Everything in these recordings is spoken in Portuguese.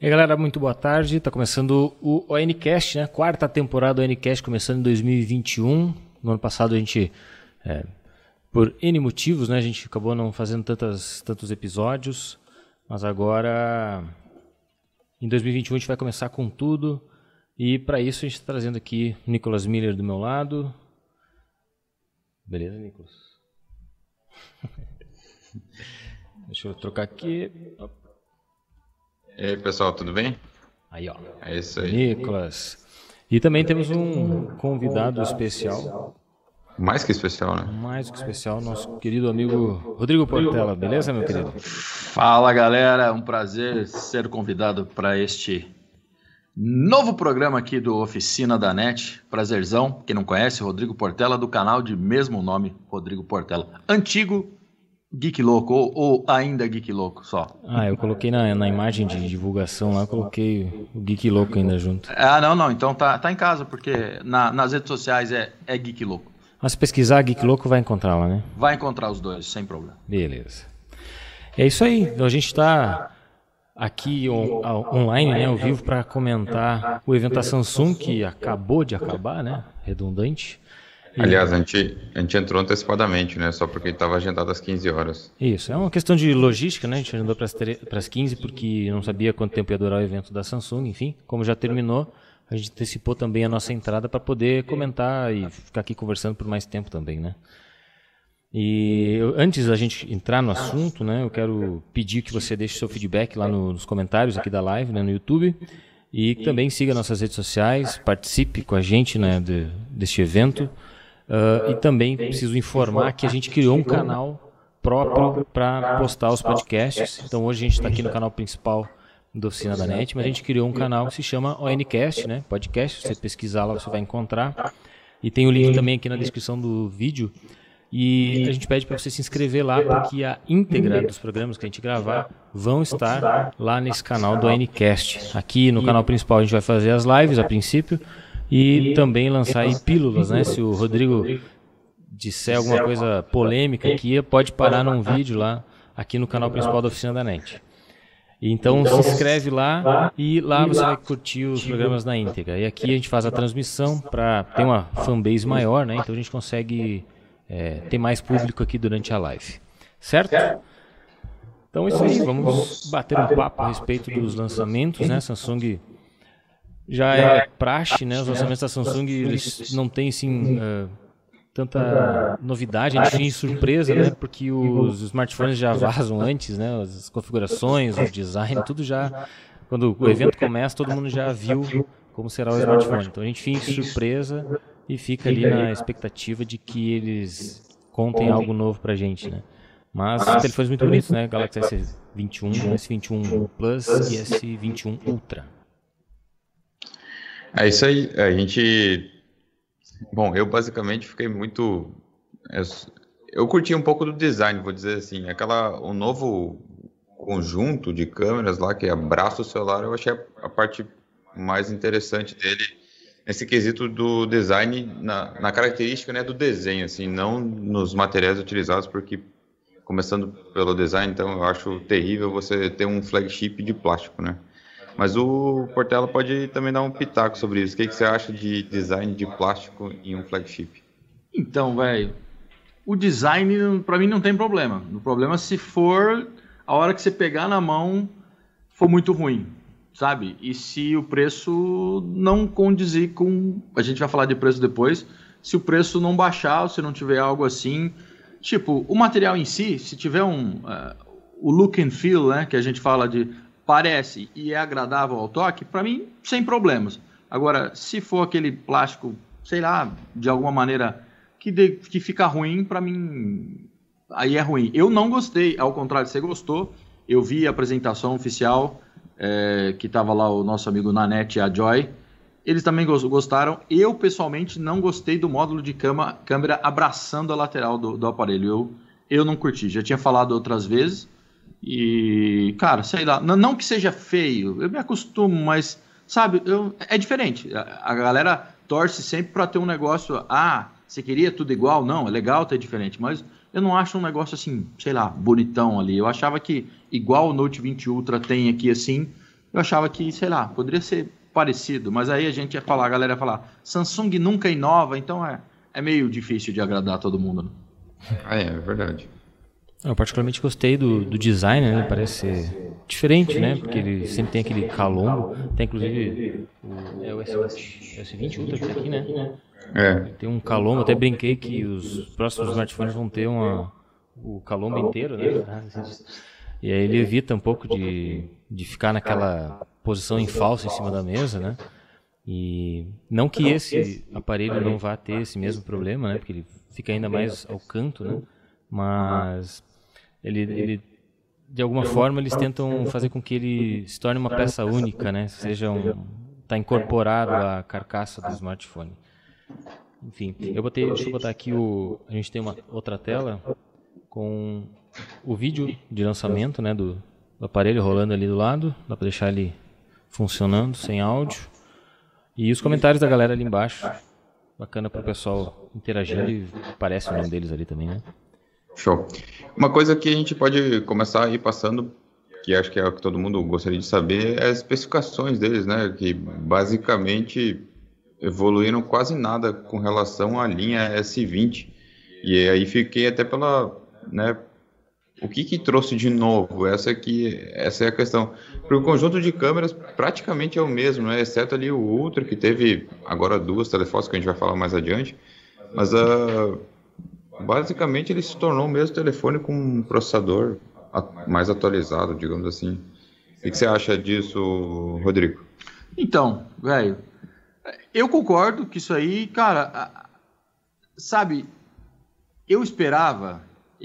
E aí, galera, muito boa tarde. Está começando o ONCast, né? Quarta temporada do ONCast, começando em 2021. No ano passado a gente, por N motivos, né? A gente acabou não fazendo tantos episódios. Mas agora, em 2021, a gente vai começar com tudo. E para isso a gente está trazendo aqui o Nicolas Miller do meu lado. Beleza, Nicolas? Deixa eu trocar aqui. E aí, pessoal, tudo bem? Aí, ó. É isso aí. Nicolas. E também temos um convidado especial. Mais que especial, né? Mais que especial, nosso querido amigo Rodrigo Portela. Beleza, meu querido? Fala, galera. Um prazer ser convidado para este novo programa aqui do Oficina da NET. Prazerzão. Quem não conhece, Rodrigo Portela, do canal de mesmo nome, Rodrigo Portela. Antigo Geek Louco, ou ainda Geek Louco só? Eu coloquei na imagem de divulgação lá, eu coloquei o Geek Louco ainda junto. Não, então tá em casa, porque nas redes sociais é Geek Louco. Mas se pesquisar Geek Louco vai encontrar lá, né? Vai encontrar os dois, sem problema. Beleza. É isso aí, então a gente está aqui online, né, ao vivo, para comentar o evento da Samsung, que acabou de acabar, né? Redundante. Aliás, a gente entrou antecipadamente, né? Só porque estava agendado às 15 horas. Isso, é uma questão de logística, né? A gente agendou para as 15 porque não sabia quanto tempo ia durar o evento da Samsung. Enfim, como já terminou, a gente antecipou também a nossa entrada para poder comentar e ficar aqui conversando por mais tempo também, né? E antes da gente entrar no assunto, né? Eu quero pedir que você deixe seu feedback lá nos comentários aqui da live, né, no YouTube. E também siga nossas redes sociais, participe com a gente, né, deste evento. E também preciso informar que a gente criou um canal próprio para postar os podcasts. Então hoje a gente está aqui no canal principal da Oficina da NET, mas a gente criou um canal que se chama ONCast, né? Podcast. Se você pesquisar lá você vai encontrar. E tem o link também aqui na descrição do vídeo. E a gente pede para você se inscrever lá, porque a íntegra dos programas que a gente gravar vão estar lá nesse canal do ONCast. Aqui no canal principal a gente vai fazer as lives a princípio. E também lançar aí pílulas, né? Se o Rodrigo disser alguma coisa polêmica aqui, pode parar num vídeo lá, aqui no canal principal da Oficina da NET. Então se inscreve lá e lá você vai curtir os programas na íntegra. E aqui a gente faz a transmissão para ter uma fanbase maior, né? Então a gente consegue ter mais público aqui durante a live. Certo? Então é isso aí, vamos bater um papo a respeito dos lançamentos, né? Samsung... Já é praxe, né? Os lançamentos da Samsung, eles não têm, assim, tanta novidade, a gente tem surpresa, né? Porque os smartphones já vazam antes, né? As configurações, o design, tudo já... Quando o evento começa, todo mundo já viu como será o smartphone. Então a gente fica em surpresa e fica ali na expectativa de que eles contem algo novo pra gente, né? Mas telefones muito bonitos, né? Galaxy S21, S21 Plus e S21 Ultra. É isso aí, a gente... Bom, eu basicamente fiquei muito... Eu curti um pouco do design, vou dizer assim. O novo conjunto de câmeras lá que abraça o celular, eu achei a parte mais interessante dele, nesse quesito do design, na característica, né, do desenho, assim, não nos materiais utilizados, porque, começando pelo design, então eu acho terrível você ter um flagship de plástico, né? Mas o Portela pode também dar um pitaco sobre isso. O que você acha de design de plástico em um flagship? Então, velho, o design pra mim não tem problema. O problema é se for a hora que você pegar na mão for muito ruim, sabe? E se o preço não condizer com... A gente vai falar de preço depois. Se o preço não baixar, ou se não tiver algo assim... Tipo, o material em si, se tiver o look and feel, né? Que a gente fala de... Parece e é agradável ao toque, para mim, sem problemas. Agora, se for aquele plástico, sei lá, de alguma maneira que fica ruim, para mim, aí é ruim. Eu não gostei, ao contrário, você gostou. Eu vi a apresentação oficial, que estava lá o nosso amigo Nanete e a Joy. Eles também gostaram. Eu, pessoalmente, não gostei do módulo de câmera abraçando a lateral do aparelho. Eu não curti, já tinha falado outras vezes. E, cara, sei lá, não que seja feio, eu me acostumo, mas, sabe, é diferente. A galera torce sempre para ter um negócio, você queria tudo igual? Não, é legal ter diferente, mas eu não acho um negócio assim, sei lá, bonitão ali. Eu achava que igual o Note 20 Ultra tem aqui assim, eu achava que, sei lá, poderia ser parecido, mas aí a gente ia falar, a galera ia falar, Samsung nunca inova, então é meio difícil de agradar todo mundo, né? É verdade. Eu particularmente gostei do design, né? Ele parece ser diferente, né? Porque ele sempre tem aquele calombo. Tem inclusive o S20 Ultra que tá aqui, né? Tem um calombo, até brinquei que os próximos smartphones vão ter o calombo inteiro, né? E aí ele evita um pouco de ficar naquela posição em falso em cima da mesa, né? E não que esse aparelho não vá ter esse mesmo problema, né? Porque ele fica ainda mais ao canto, né? Mas ele de alguma forma eles tentam fazer com que ele se torne uma peça única, né? Tá incorporado à carcaça do smartphone. Enfim, deixa eu botar aqui a gente tem uma outra tela com o vídeo de lançamento, né, do aparelho rolando ali do lado. Dá para deixar ele funcionando sem áudio. E os comentários da galera ali embaixo. Bacana para o pessoal interagindo e aparece o nome deles ali também, né? Show. Uma coisa que a gente pode começar a ir passando, que acho que é o que todo mundo gostaria de saber, é as especificações deles, né? Que basicamente evoluíram quase nada com relação à linha S20. E aí fiquei até pela, né? O que trouxe de novo? Essa é a questão. Porque o conjunto de câmeras praticamente é o mesmo, né? Exceto ali o Ultra, que teve agora 2 telefotos que a gente vai falar mais adiante. Mas basicamente ele se tornou o mesmo telefone com um processador mais atualizado, digamos assim. O que você acha disso, Rodrigo? Então, velho, eu concordo que isso aí, cara, sabe, eu esperava,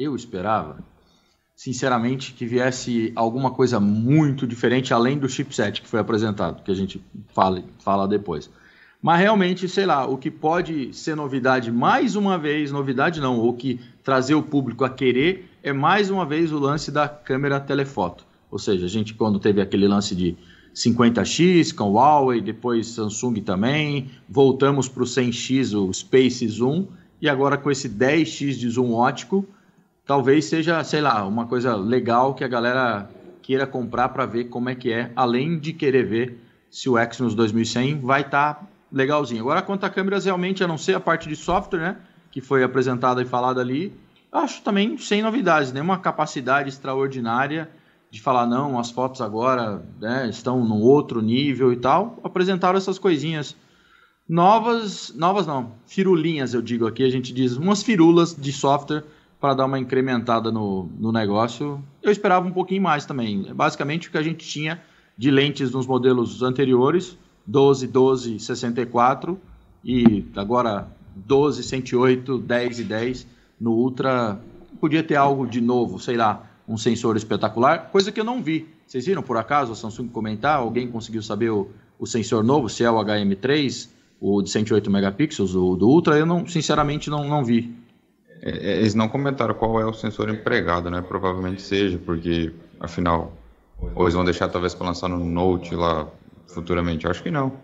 sinceramente, que viesse alguma coisa muito diferente além do chipset que foi apresentado, que a gente fala depois. Mas realmente, sei lá, o que pode ser novidade mais uma vez, novidade não, ou que trazer o público a querer, é mais uma vez o lance da câmera telefoto. Ou seja, a gente quando teve aquele lance de 50x com Huawei, depois Samsung também, voltamos para o 100x, o Space Zoom, e agora com esse 10x de zoom ótico, talvez seja, sei lá, uma coisa legal que a galera queira comprar para ver como é que é, além de querer ver se o Exynos 2100 vai estar legalzinho. Agora, quanto a câmeras, realmente, a não ser a parte de software, né, que foi apresentada e falada ali, acho também sem novidades, nenhuma capacidade extraordinária de falar, não, as fotos agora, né, estão num outro nível e tal. Apresentaram essas coisinhas novas não, firulinhas, eu digo aqui, a gente diz, umas firulas de software para dar uma incrementada no negócio. Eu esperava um pouquinho mais também. Basicamente, o que a gente tinha de lentes nos modelos anteriores, 12, 12, 64 e agora 12, 108, 10 e 10 no Ultra. Podia ter algo de novo, sei lá, um sensor espetacular, coisa que eu não vi. Vocês viram por acaso a Samsung comentar? Alguém conseguiu saber o sensor novo, se é o HM3, o de 108 megapixels, o do Ultra? Eu sinceramente não vi. Eles não comentaram qual é o sensor empregado, né? Provavelmente seja, porque afinal, ou eles vão deixar talvez para lançar no Note lá futuramente. Eu acho que não.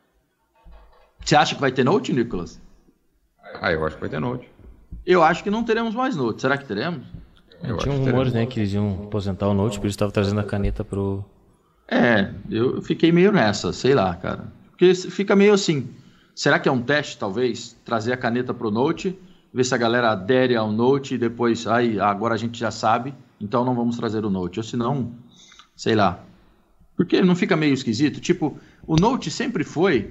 Você acha que vai ter Note, Nicolas? Eu acho que vai ter Note. Eu acho que não teremos mais Note. Será que teremos? Tinha rumores, né, que eles iam aposentar o Note, por isso estava trazendo a caneta pro... Eu fiquei meio nessa, sei lá, cara. Porque fica meio assim, será que é um teste, talvez, trazer a caneta pro Note, ver se a galera adere ao Note e depois, agora a gente já sabe, então não vamos trazer o Note. Ou se não, sei lá. Porque não fica meio esquisito? Tipo, o Note sempre foi...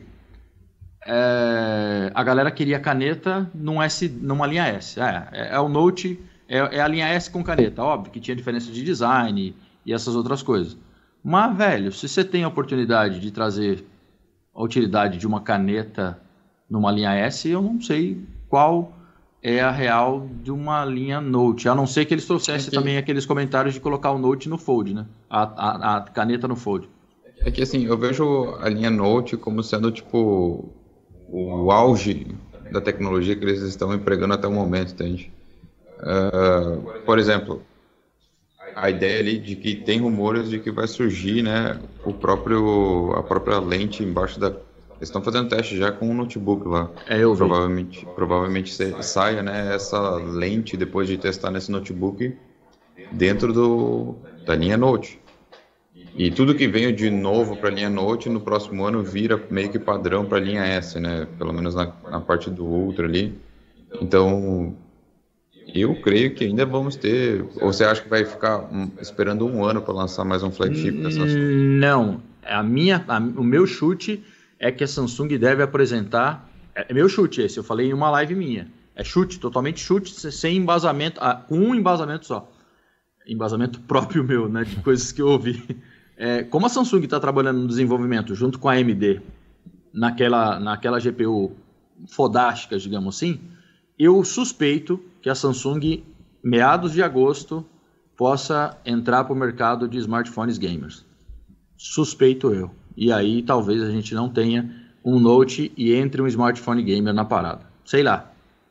a galera queria caneta numa linha S. O Note é a linha S com caneta. Óbvio que tinha diferença de design e essas outras coisas. Mas, velho, se você tem a oportunidade de trazer a utilidade de uma caneta numa linha S, eu não sei qual é a real de uma linha Note. A não ser que eles trouxessem também aqueles comentários de colocar o Note no Fold, né? A caneta no Fold. É que assim, eu vejo a linha Note como sendo tipo o auge da tecnologia que eles estão empregando até o momento, entende? Por exemplo, a ideia ali de que tem rumores de que vai surgir, né, a própria lente embaixo da... Eles estão fazendo teste já com um notebook lá. Eu vi. Provavelmente saia, né, essa lente depois de testar nesse notebook dentro da linha Note. E tudo que veio de novo para a linha Note, no próximo ano vira meio que padrão para a linha S, né? Pelo menos na parte do Ultra ali. Então, eu creio que ainda vamos ter... Ou você acha que vai ficar esperando um ano para lançar mais um flagship da Samsung? Não. O meu chute é que a Samsung deve apresentar... É meu chute esse, eu falei em uma live minha. É chute, totalmente chute, sem embasamento, com um embasamento só. Embasamento próprio meu, né? De coisas que eu ouvi. Como a Samsung está trabalhando no desenvolvimento junto com a AMD naquela GPU fodástica, digamos assim, eu suspeito que a Samsung, meados de agosto, possa entrar para o mercado de smartphones gamers. Suspeito eu. E aí talvez a gente não tenha um Note e entre um smartphone gamer na parada. Sei lá.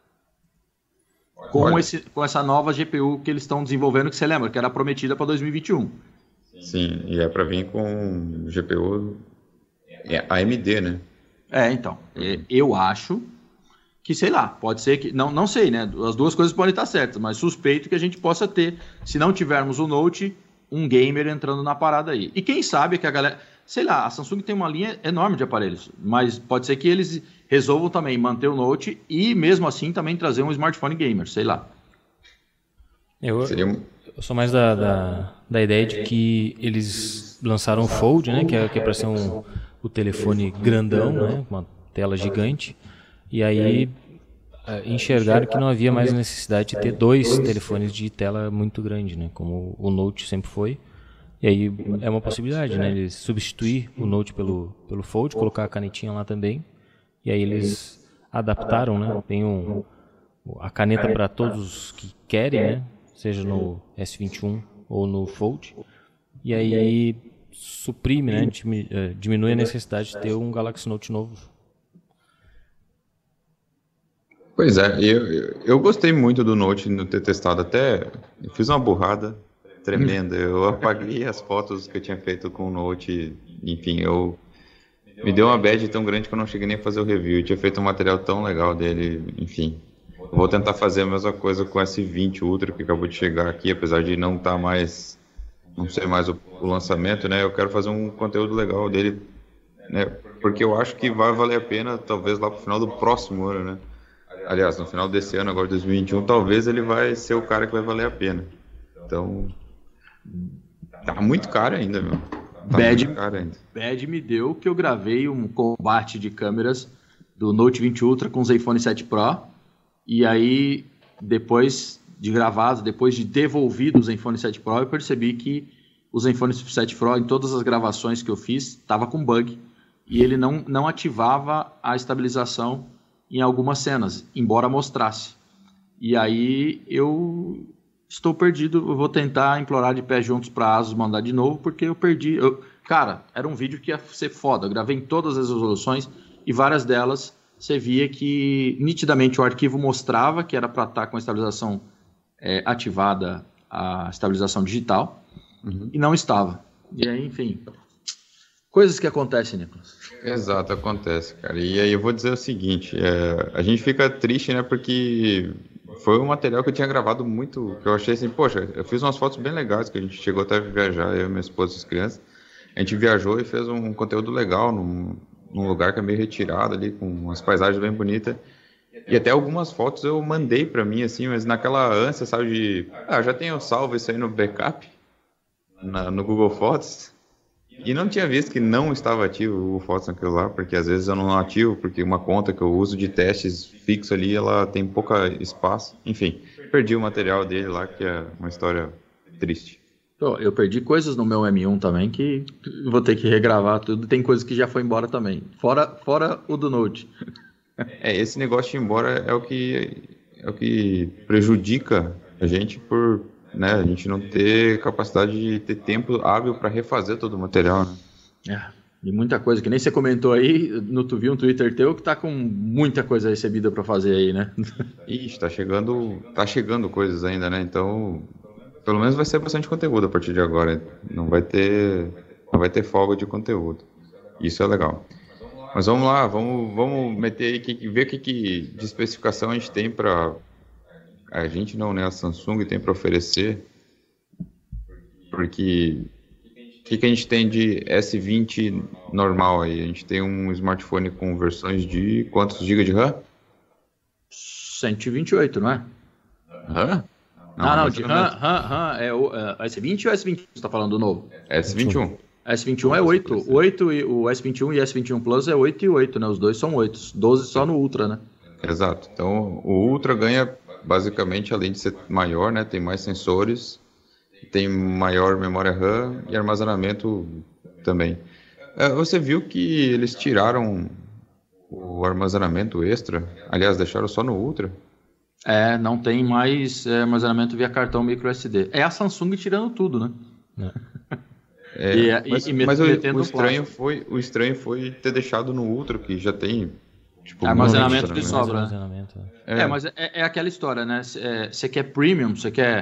Com essa nova GPU que eles estão desenvolvendo, que você lembra, que era prometida para 2021. Sim, e é para vir com GPU AMD, né? Então. Eu acho que, sei lá, pode ser que... Não sei, né? As duas coisas podem estar certas, mas suspeito que a gente possa ter, se não tivermos o Note, um gamer entrando na parada aí. E quem sabe que a galera... Sei lá, a Samsung tem uma linha enorme de aparelhos, mas pode ser que eles resolvam também manter o Note e, mesmo assim, também trazer um smartphone gamer, sei lá. Eu sou mais da ideia de que eles lançaram o Fold, né, que é para ser o telefone grandão, né, uma tela gigante, e aí enxergaram que não havia mais necessidade de ter dois telefones de tela muito grande, né, como o Note sempre foi. E aí é uma possibilidade, né, eles substituir o Note pelo Fold, colocar a canetinha lá também, e aí eles adaptaram, né, tem a caneta para todos que querem, né, seja no S21 ou no Fold, e aí suprime, né, diminui a necessidade de ter um Galaxy Note novo. Pois é, eu gostei muito do Note no ter testado, até eu fiz uma burrada tremenda, eu apaguei as fotos que eu tinha feito com o Note, enfim, me deu uma bad tão grande que eu não cheguei nem a fazer o review, eu tinha feito um material tão legal dele, enfim. Vou tentar fazer a mesma coisa com o S20 Ultra, que acabou de chegar aqui, apesar de não ser mais o lançamento, né? Eu quero fazer um conteúdo legal dele, né? Porque eu acho que vai valer a pena, talvez lá pro final do próximo ano, né? Aliás, no final desse ano, agora 2021, talvez ele vai ser o cara que vai valer a pena. Então, tá muito caro ainda, meu. Bad me deu que eu gravei um combate de câmeras do Note 20 Ultra com o Zenfone 7 Pro. E aí, depois de gravado, depois de devolvido o Zenfone 7 Pro, eu percebi que o Zenfone 7 Pro, em todas as gravações que eu fiz, estava com bug. E ele não ativava a estabilização em algumas cenas, embora mostrasse. E aí eu estou perdido, eu vou tentar implorar de pé juntos para a ASUS mandar de novo, porque eu perdi. Cara, era um vídeo que ia ser foda, eu gravei em todas as resoluções e várias delas você via que nitidamente o arquivo mostrava que era para estar com a estabilização ativada, a estabilização digital, e não estava. E aí, enfim, coisas que acontecem, Nicolas. Exato, acontece, cara. E aí eu vou dizer o seguinte, a gente fica triste, né, porque foi um material que eu tinha gravado muito, que eu achei assim, poxa, eu fiz umas fotos bem legais, que a gente chegou até a viajar, eu, minha esposa e as crianças, a gente viajou e fez um conteúdo legal num lugar que é meio retirado ali, com umas paisagens bem bonitas, e até algumas fotos eu mandei pra mim, assim, mas naquela ânsia, sabe, de, já tenho salvo isso aí no backup, no Google Fotos, e não tinha visto que não estava ativo o Google Fotos naquilo lá, porque às vezes eu não ativo, porque uma conta que eu uso de testes fixo ali, ela tem pouca espaço. Enfim, perdi o material dele lá, que é uma história triste. Eu perdi coisas no meu M1 também, que vou ter que regravar tudo. Tem coisas que já foi embora também, fora o do Note. Esse negócio de ir embora é o que prejudica a gente por... né, a gente não ter capacidade de ter tempo hábil para refazer todo o material, né? E muita coisa, que nem você comentou aí, tu viu um Twitter teu que tá com muita coisa recebida para fazer aí, né? Ixi, tá chegando coisas ainda, né? Então, pelo menos vai ser bastante conteúdo a partir de agora. Não vai ter folga de conteúdo. Isso é legal. Mas vamos lá, vamos meter aí, ver o que de especificação a gente tem para... A gente não, né? A Samsung tem para oferecer, porque que a gente tem de S20 normal aí? A gente tem um smartphone com versões de quantos GB de RAM? 128, não é? RAM? Não, de RAM é o S20 ou S21 você está falando do novo? S21. S21 é 8. 8 e o S21 e S21 Plus é 8 e 8, né? Os dois são 8. 12 só no Ultra, né? Exato. Então, o Ultra ganha, basicamente, além de ser maior, né? Tem mais sensores, tem maior memória RAM e armazenamento também. Você viu que eles tiraram o armazenamento extra? Aliás, deixaram só no Ultra? Não tem mais armazenamento via cartão micro SD. É a Samsung tirando tudo, né? Mas o estranho foi ter deixado no Ultra, que já tem tipo, armazenamento de sobra. Mas é aquela história, né? Você quer premium,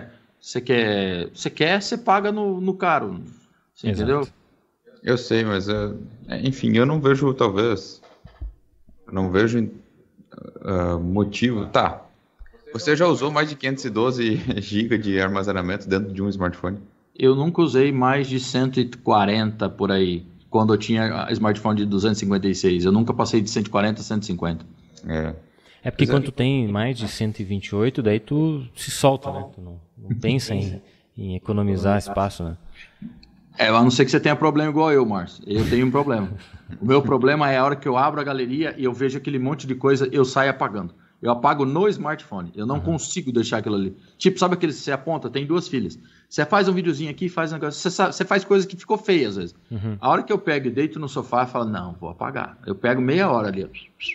você paga no caro. Você entendeu? Eu sei, mas enfim, eu não vejo, talvez. Não vejo motivo. Tá. Você já usou mais de 512 GB de armazenamento dentro de um smartphone? Eu nunca usei mais de 140 por aí, quando eu tinha smartphone de 256. Eu nunca passei de 140 a 150. É porque quando tu tem mais de 128, daí tu se solta, né? Tu não pensa em economizar espaço, né? A não ser que você tenha problema igual eu, Márcio. Eu tenho um problema. O meu problema é a hora que eu abro a galeria e eu vejo aquele monte de coisa, eu saio apagando. Eu apago no smartphone. Eu não consigo deixar aquilo ali. Tipo, sabe aquele que você aponta? Tem 2 filhas. Você faz um videozinho aqui, faz um negócio. Você faz coisa que ficou feia às vezes. A hora que eu pego e deito no sofá, eu falo, não, vou apagar. Eu pego meia hora ali.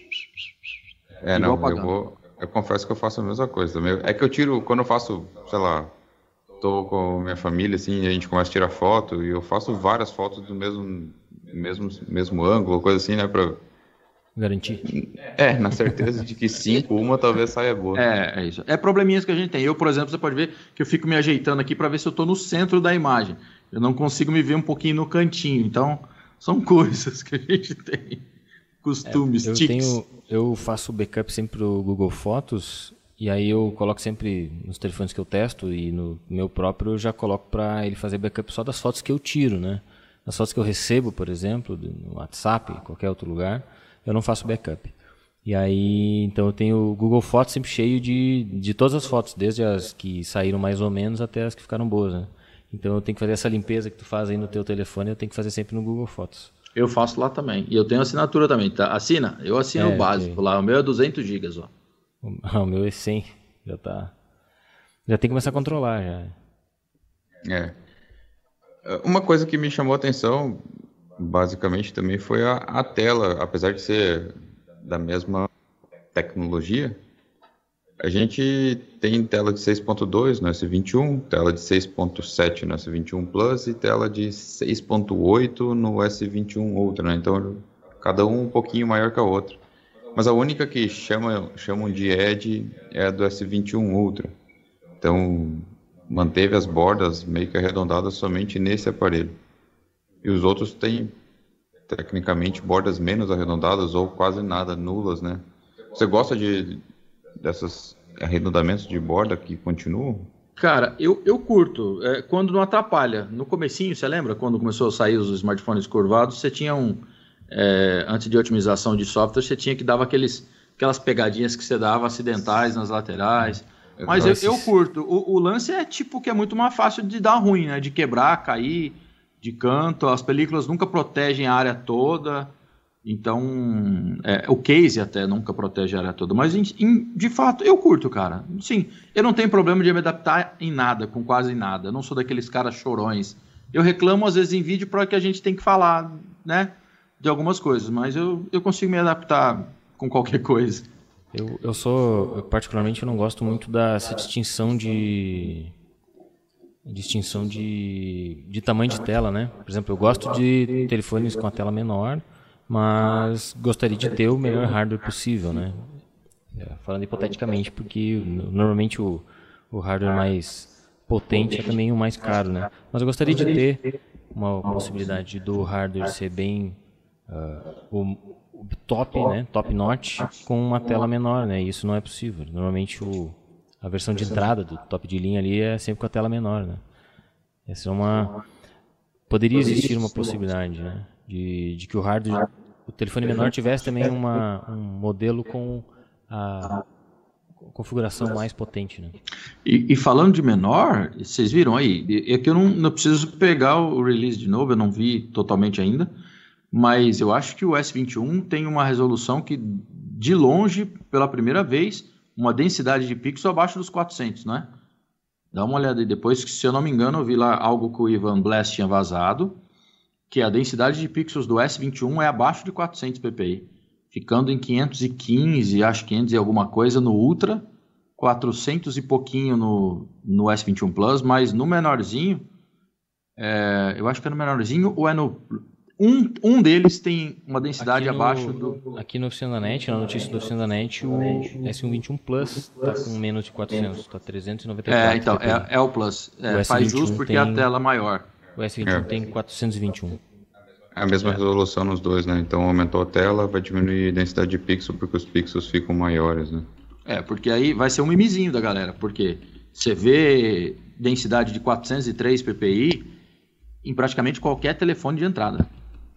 Eu confesso que eu faço a mesma coisa também. É que eu tiro, quando eu faço, sei lá, tô com minha família, assim, e a gente começa a tirar foto, e eu faço várias fotos do mesmo ângulo, coisa assim, né, pra garantir. Na certeza de que 5, uma talvez saia boa. É isso. É probleminhas que a gente tem. Eu, por exemplo, você pode ver que eu fico me ajeitando aqui para ver se eu estou no centro da imagem. Eu não consigo me ver um pouquinho no cantinho. Então, são coisas que a gente tem. Costumes, tics. Eu faço backup sempre pro Google Fotos, e aí eu coloco sempre nos telefones que eu testo, e no meu próprio eu já coloco para ele fazer backup só das fotos que eu tiro, né? As fotos que eu recebo, por exemplo, no WhatsApp, em qualquer outro lugar, eu não faço backup. E aí, então eu tenho o Google Fotos sempre cheio de todas as fotos, desde as que saíram mais ou menos até as que ficaram boas, né? Então eu tenho que fazer essa limpeza que tu faz aí no teu telefone, eu tenho que fazer sempre no Google Fotos. Eu faço lá também. E eu tenho assinatura também, tá? Assina? Eu assino o básico lá. O meu é 200 GB, ó. O meu é 100. Já tem que começar a controlar, já. Uma coisa que me chamou a atenção, basicamente, também foi a tela. Apesar de ser da mesma tecnologia, a gente tem tela de 6.2 no S21, tela de 6.7 no S21 Plus e tela de 6.8 no S21 Ultra, né? Então, cada um pouquinho maior que a outra. Mas a única que chamam de Edge é a do S21 Ultra. Então, manteve as bordas meio que arredondadas somente nesse aparelho. E os outros têm, tecnicamente, bordas menos arredondadas ou quase nada, nulas, né? Você gosta desses arredondamentos de borda que continuam? Cara, eu curto, quando não atrapalha. No comecinho, você lembra? Quando começou a sair os smartphones curvados, você tinha antes de otimização de software, você tinha que dar aquelas pegadinhas que você dava acidentais nas laterais. Mas eu curto. O lance é tipo que é muito mais fácil de dar ruim, né? De quebrar, cair de canto. As películas nunca protegem a área toda. Então, o case até nunca protege a área toda. Mas, de fato, eu curto, cara. Sim, eu não tenho problema de me adaptar em nada, com quase nada. Eu não sou daqueles caras chorões. Eu reclamo, às vezes, em vídeo para que a gente tem que falar, né? De algumas coisas. Mas eu consigo me adaptar com qualquer coisa. Eu particularmente, eu não gosto muito dessa distinção de tamanho de tela, né? Por exemplo, eu gosto de telefones com a tela menor, mas gostaria de ter o melhor hardware possível, né? Falando hipoteticamente, porque normalmente o hardware mais potente é também o mais caro, né? Mas eu gostaria de ter uma possibilidade do hardware ser bem o top, né? Top notch com uma tela menor, né? E isso não é possível. Normalmente a versão de entrada do top de linha ali é sempre com a tela menor, né? Essa é poderia existir uma possibilidade, né? De que o telefone menor tivesse também um modelo com a configuração mais potente, né? E falando de menor, vocês viram aí, é que eu não preciso pegar o release de novo, eu não vi totalmente ainda, mas eu acho que o S21 tem uma resolução que, de longe, pela primeira vez, uma densidade de pixels abaixo dos 400, né? Dá uma olhada aí depois, que se eu não me engano, eu vi lá algo que o Ivan Blast tinha vazado, que a densidade de pixels do S21 é abaixo de 400 ppi, ficando em 515, acho 500 e alguma coisa no Ultra, 400 e pouquinho no S21 Plus, mas no menorzinho, eu acho que é no menorzinho ou é no... Um deles tem uma densidade abaixo do... Aqui no Oficina da NET, na notícia do Oficina da NET, o S21 Plus está com menos de 400, está 394. Então, é o Plus. Faz jus porque a tela é maior. O S21 tem 421. É a mesma resolução nos dois, né? Então aumentou a tela, vai diminuir a densidade de pixel porque os pixels ficam maiores, né? Porque aí vai ser um mimizinho da galera, porque você vê densidade de 403 ppi em praticamente qualquer telefone de entrada.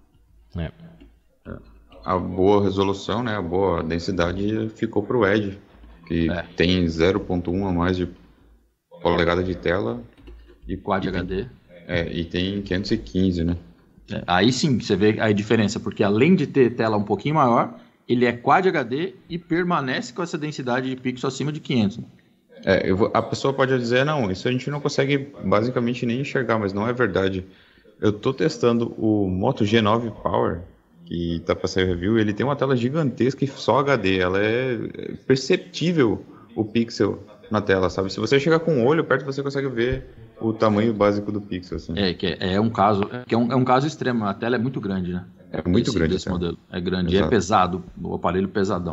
A boa resolução, né? A boa densidade ficou para o Edge, que tem 0.1 a mais de polegada de tela. E Quad HD. E tem 515, né? Aí sim, você vê a diferença, porque além de ter tela um pouquinho maior, ele é Quad HD e permanece com essa densidade de pixel acima de 500. A pessoa pode dizer, não, isso a gente não consegue basicamente nem enxergar, mas não é verdade. Eu estou testando o Moto G9 Power, que está para sair review, ele tem uma tela gigantesca e só HD, ela é perceptível o pixel na tela, sabe? Se você chegar com o olho perto, você consegue ver o tamanho básico do pixel, assim. É um caso extremo, a tela é muito grande, né? É muito grande esse modelo. É grande. Exato. E é pesado, o aparelho pesadão.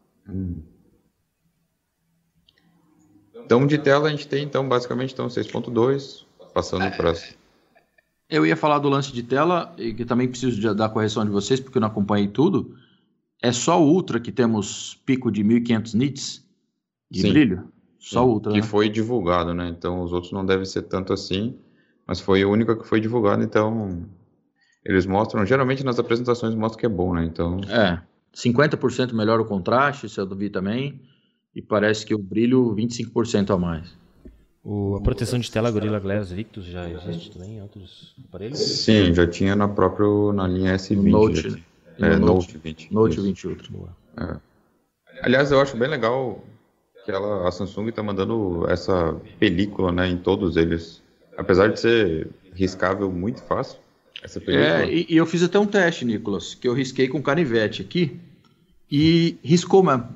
Então, de tela, a gente tem, então, basicamente, 6.2, passando para... Eu ia falar do lance de tela, e que também preciso da correção de vocês, porque eu não acompanhei tudo. É só o Ultra que temos pico de 1500 nits de brilho? Só o Ultra, que foi divulgado, né? Então, os outros não devem ser tanto assim, mas foi o único que foi divulgado, então... Eles mostram, geralmente nas apresentações mostram que é bom, né? Então... 50% melhor o contraste, isso eu vi também, e parece que o brilho 25% a mais. A proteção de tela Gorilla Glass Victus já existe também em outros aparelhos? Sim, já tinha na linha S20. Note 20. Note 20 Ultra. Aliás, eu acho bem legal que a Samsung está mandando essa película, né, em todos eles. Apesar de ser riscável muito fácil, essa película... E eu fiz até um teste, Nicolas, que eu risquei com canivete aqui e riscou mesmo.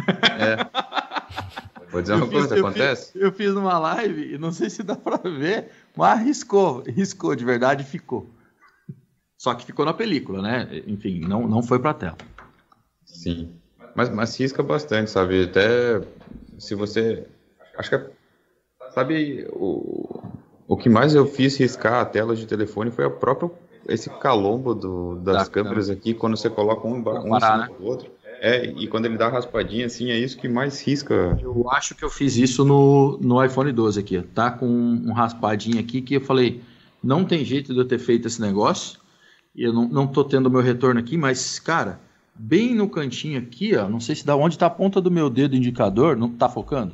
Vou dizer uma coisa, acontece? Eu fiz numa live e não sei se dá pra ver, mas riscou de verdade, ficou. Só que ficou na película, né? Enfim, não foi pra tela. Sim, mas risca bastante, sabe? Até se você... Acho que, sabe, o que mais eu fiz riscar a tela de telefone foi esse calombo das câmeras aqui, quando você coloca um em cima do outro. E quando ele dá raspadinha, assim, é isso que mais risca. Eu acho que eu fiz isso no iPhone 12 aqui, tá com um raspadinho aqui que eu falei, não tem jeito de eu ter feito esse negócio, e eu não tô tendo meu retorno aqui, mas, cara, bem no cantinho aqui, ó, não sei se dá onde tá a ponta do meu dedo indicador, não tá focando?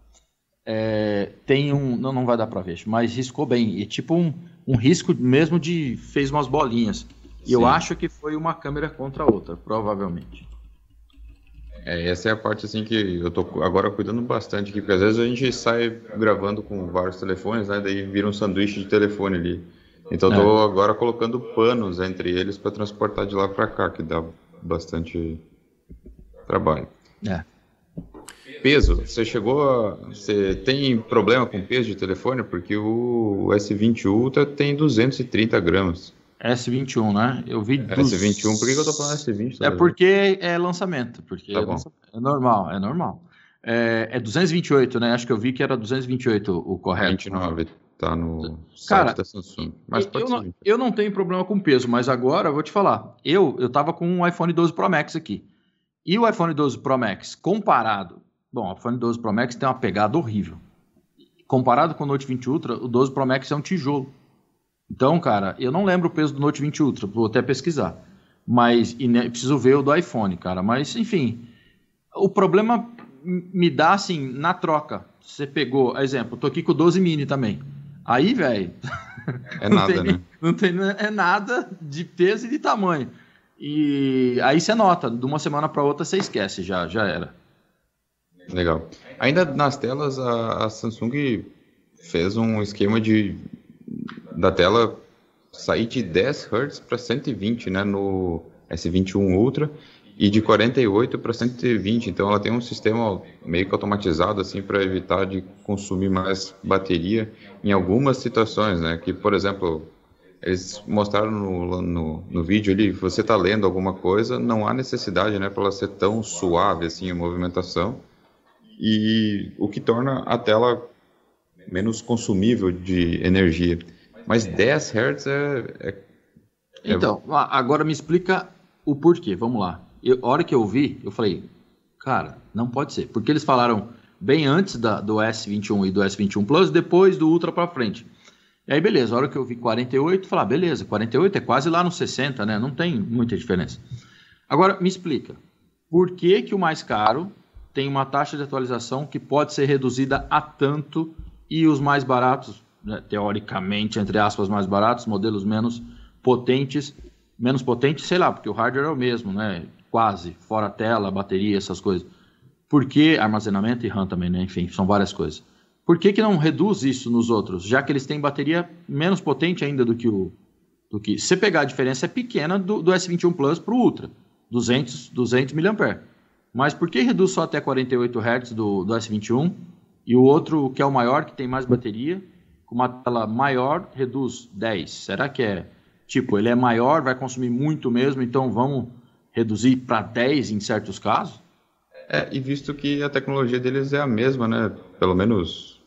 Tem não vai dar pra ver, mas riscou bem, e tipo um risco mesmo fez umas bolinhas, e eu acho que foi uma câmera contra a outra, provavelmente. Essa é a parte assim que eu tô agora cuidando bastante aqui, porque às vezes a gente sai gravando com vários telefones, né? Daí vira um sanduíche de telefone ali. Então eu tô agora colocando panos entre eles para transportar de lá para cá, que dá bastante trabalho. Peso, você tem problema com peso de telefone? Porque o S20 Ultra tem 230 gramas. S21, né? Eu vi S21, por que eu tô falando S20? Porque é lançamento, porque tá bom. É normal. É 228, né? Acho que eu vi que era 228 o correto. 29, tá no site da Samsung. Mas eu não tenho problema com peso, mas agora eu vou te falar. Eu tava com um iPhone 12 Pro Max aqui. E o iPhone 12 Pro Max comparado... Bom, o iPhone 12 Pro Max tem uma pegada horrível. Comparado com o Note 20 Ultra, o 12 Pro Max é um tijolo. Então, cara, eu não lembro o peso do Note 20 Ultra, vou até pesquisar. Mas preciso ver o do iPhone, cara. Mas, enfim, o problema me dá assim, na troca. Você pegou, exemplo, tô aqui com o 12 mini também. Aí, velho, É nada, né? não tem é nada de peso e de tamanho. E aí você nota, de uma semana para outra você esquece, já era. Legal. Ainda nas telas, a Samsung fez um esquema da tela sair de 10 Hz para 120, né, no S21 Ultra, e de 48 para 120. Então ela tem um sistema meio que automatizado assim para evitar de consumir mais bateria em algumas situações, né? Que, por exemplo, eles mostraram no vídeo ali, você está lendo alguma coisa, não há necessidade, né, para ela ser tão suave assim a movimentação, e o que torna a tela menos consumível de energia. Mas 10 Hz Então, agora me explica o porquê. Vamos lá. A hora que eu vi, eu falei, cara, não pode ser. Porque eles falaram bem antes do S21 e do S21 Plus, depois do Ultra para frente. E aí, beleza. A hora que eu vi 48, falar, beleza, 48 é quase lá no 60, né? Não tem muita diferença. Agora, me explica. Por que que o mais caro tem uma taxa de atualização que pode ser reduzida a tanto e os mais baratos, né, teoricamente, entre aspas, mais baratos, modelos menos potentes, sei lá, porque o hardware é o mesmo, né? Quase, fora tela, bateria, essas coisas. Por que armazenamento e RAM também, né? Enfim, são várias coisas. Por que que não reduz isso nos outros? Já que eles têm bateria menos potente ainda do que... Se pegar a diferença é pequena do S21 Plus para o Ultra, 200 mAh. Mas por que reduz só até 48 Hz do S21 e o outro, que é o maior, que tem mais bateria, com uma tela maior, reduz 10? Será que é, tipo, ele é maior, vai consumir muito mesmo, então vamos reduzir para 10 em certos casos? e visto que a tecnologia deles é a mesma, né? Pelo menos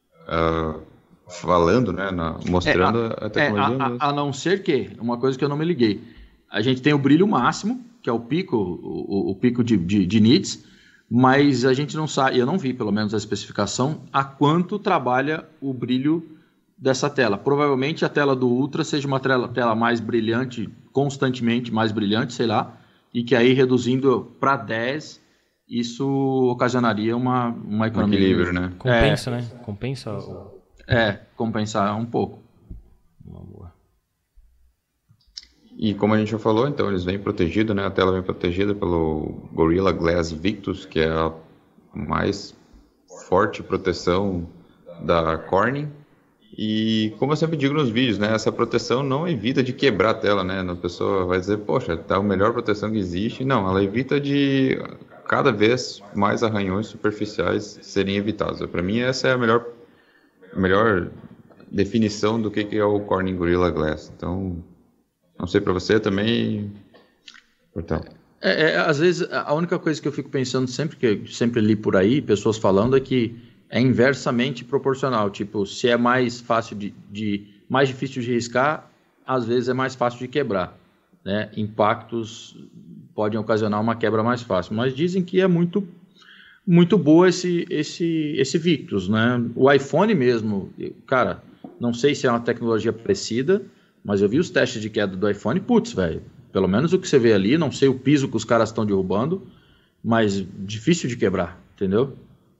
falando, né? Mostrando a tecnologia mesmo. A não ser que, uma coisa que eu não me liguei, a gente tem o brilho máximo, que é o pico, o pico de nits, mas a gente não sabe, eu não vi pelo menos a especificação, a quanto trabalha o brilho dessa tela. Provavelmente a tela do Ultra seja uma tela mais brilhante, constantemente mais brilhante, sei lá, e que aí reduzindo para 10, isso ocasionaria uma economia. Um equilíbrio, né? Compensa, né? Compensa. Compensar um pouco. Uma boa. E como a gente já falou, então eles vêm protegidos, né? A tela vem protegida pelo Gorilla Glass Victus, que é a mais forte proteção da Corning. E como eu sempre digo nos vídeos, né? Essa proteção não evita de quebrar a tela, né? A pessoa vai dizer, poxa, tá a melhor proteção que existe. Não, ela evita de cada vez mais arranhões superficiais serem evitados. Para mim essa é a melhor definição do que é o Corning Gorilla Glass. Então, não sei para você também, portanto. Às vezes, a única coisa que eu fico pensando sempre, que eu sempre li por aí, pessoas falando, é que é inversamente proporcional. Tipo, se é mais fácil mais difícil de riscar, às vezes é mais fácil de quebrar, né? Impactos podem ocasionar uma quebra mais fácil. Mas dizem que é muito, muito boa esse Victus, né? O iPhone mesmo, cara, não sei se é uma tecnologia parecida, mas eu vi os testes de queda do iPhone, putz, velho, pelo menos o que você vê ali, não sei o piso que os caras estão derrubando, mas difícil de quebrar, entendeu?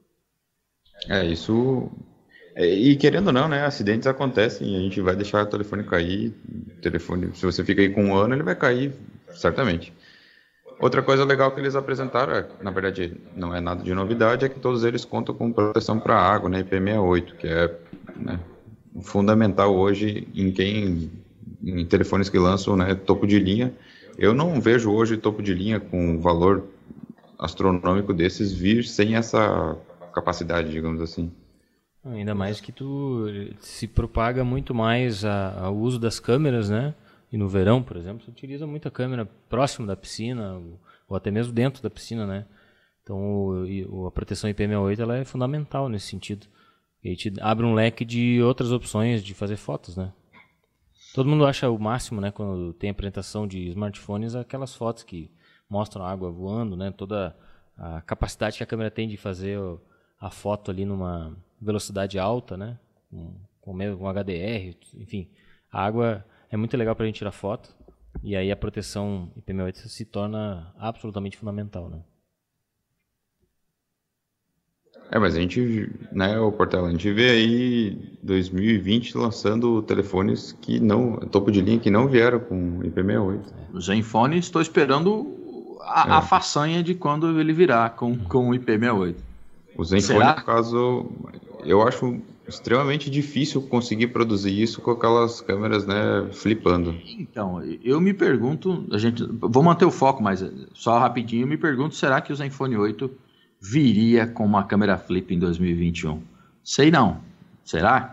Isso. E querendo ou não, né? Acidentes acontecem e a gente vai deixar o telefone cair. Se você fica aí com um ano, ele vai cair, certamente. Outra coisa legal que eles apresentaram, na verdade não é nada de novidade, é que todos eles contam com proteção para água, né? IP68, que é, né, fundamental hoje em telefones que lançam, né, topo de linha. Eu não vejo hoje topo de linha com valor astronômico desses vir sem essa capacidade, digamos assim. Ainda mais que tu se propaga muito mais ao uso das câmeras, né? E no verão, por exemplo, você utiliza muita câmera próximo da piscina ou até mesmo dentro da piscina, né? Então a proteção IP68 ela é fundamental nesse sentido. E te abre um leque de outras opções de fazer fotos, né? Todo mundo acha o máximo, né? Quando tem apresentação de smartphones, aquelas fotos que mostram a água voando, né? Toda a capacidade que a câmera tem de fazer a foto ali numa velocidade alta, né? Com HDR, enfim. A água é muito legal para a gente tirar foto, e aí a proteção IP68 se torna absolutamente fundamental, né? Mas a gente, né, o Portela, a gente vê aí 2020 lançando telefones que não, topo de linha, que não vieram com IP68. O Zenfone, estou esperando a façanha de quando ele virá com o IP68. O Zenfone, no caso, eu acho extremamente difícil conseguir produzir isso com aquelas câmeras, né, flipando. Então, eu me pergunto, vou manter o foco, mas só rapidinho, eu me pergunto, será que o Zenfone 8 viria com uma câmera flip em 2021? Sei não. Será?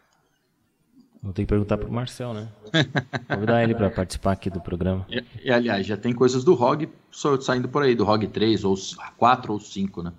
Vou ter que perguntar pro Marcel, né? Convidar ele para participar aqui do programa. E, aliás, já tem coisas do ROG saindo por aí, do ROG 3, ou 4 ou 5, né?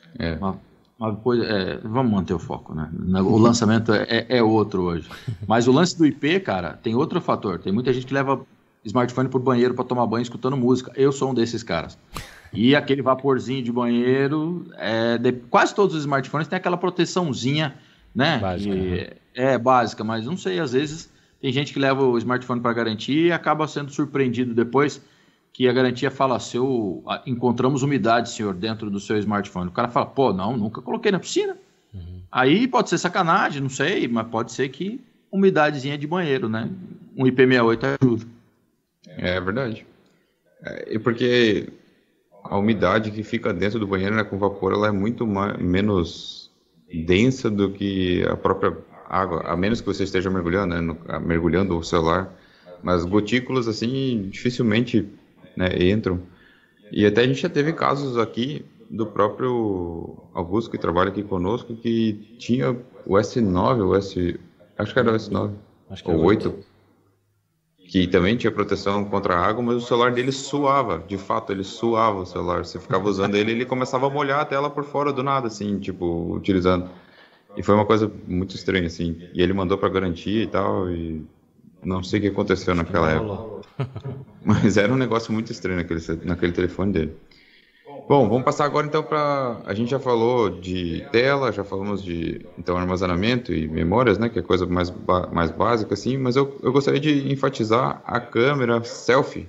Uma coisa, vamos manter o foco, né? O lançamento é outro hoje. Mas o lance do IP, cara, tem outro fator. Tem muita gente que leva smartphone pro banheiro para tomar banho escutando música. Eu sou um desses caras. E aquele vaporzinho de banheiro, quase todos os smartphones têm aquela proteçãozinha, né? Básica, que é básica, mas não sei, às vezes tem gente que leva o smartphone para garantia e acaba sendo surpreendido depois que a garantia fala, encontramos umidade, senhor, dentro do seu smartphone. O cara fala, pô, não, nunca coloquei na piscina. Aí pode ser sacanagem, não sei, mas pode ser que umidadezinha de banheiro, né? Um IP68 ajuda. É verdade. E porque a umidade que fica dentro do banheiro, né, com vapor, ela é muito menos densa do que a própria água, a menos que você esteja mergulhando, né, mergulhando o celular. Mas gotículas, assim, dificilmente, né, entram. E até a gente já teve casos aqui do próprio Augusto, que trabalha aqui conosco, que tinha o S9, acho que era o S9, acho que ou 8, que também tinha proteção contra a água, mas o celular dele suava, de fato, ele suava o celular. Você ficava usando ele começava a molhar a tela por fora do nada, assim, tipo, utilizando. E foi uma coisa muito estranha, assim. E ele mandou para garantia e tal, e não sei o que aconteceu naquela época. Mas era um negócio muito estranho naquele telefone dele. Bom, vamos passar agora então para... A gente já falou de tela, já falamos de então, armazenamento e memórias, né? Que é coisa mais básica, assim. Mas eu gostaria de enfatizar a câmera selfie,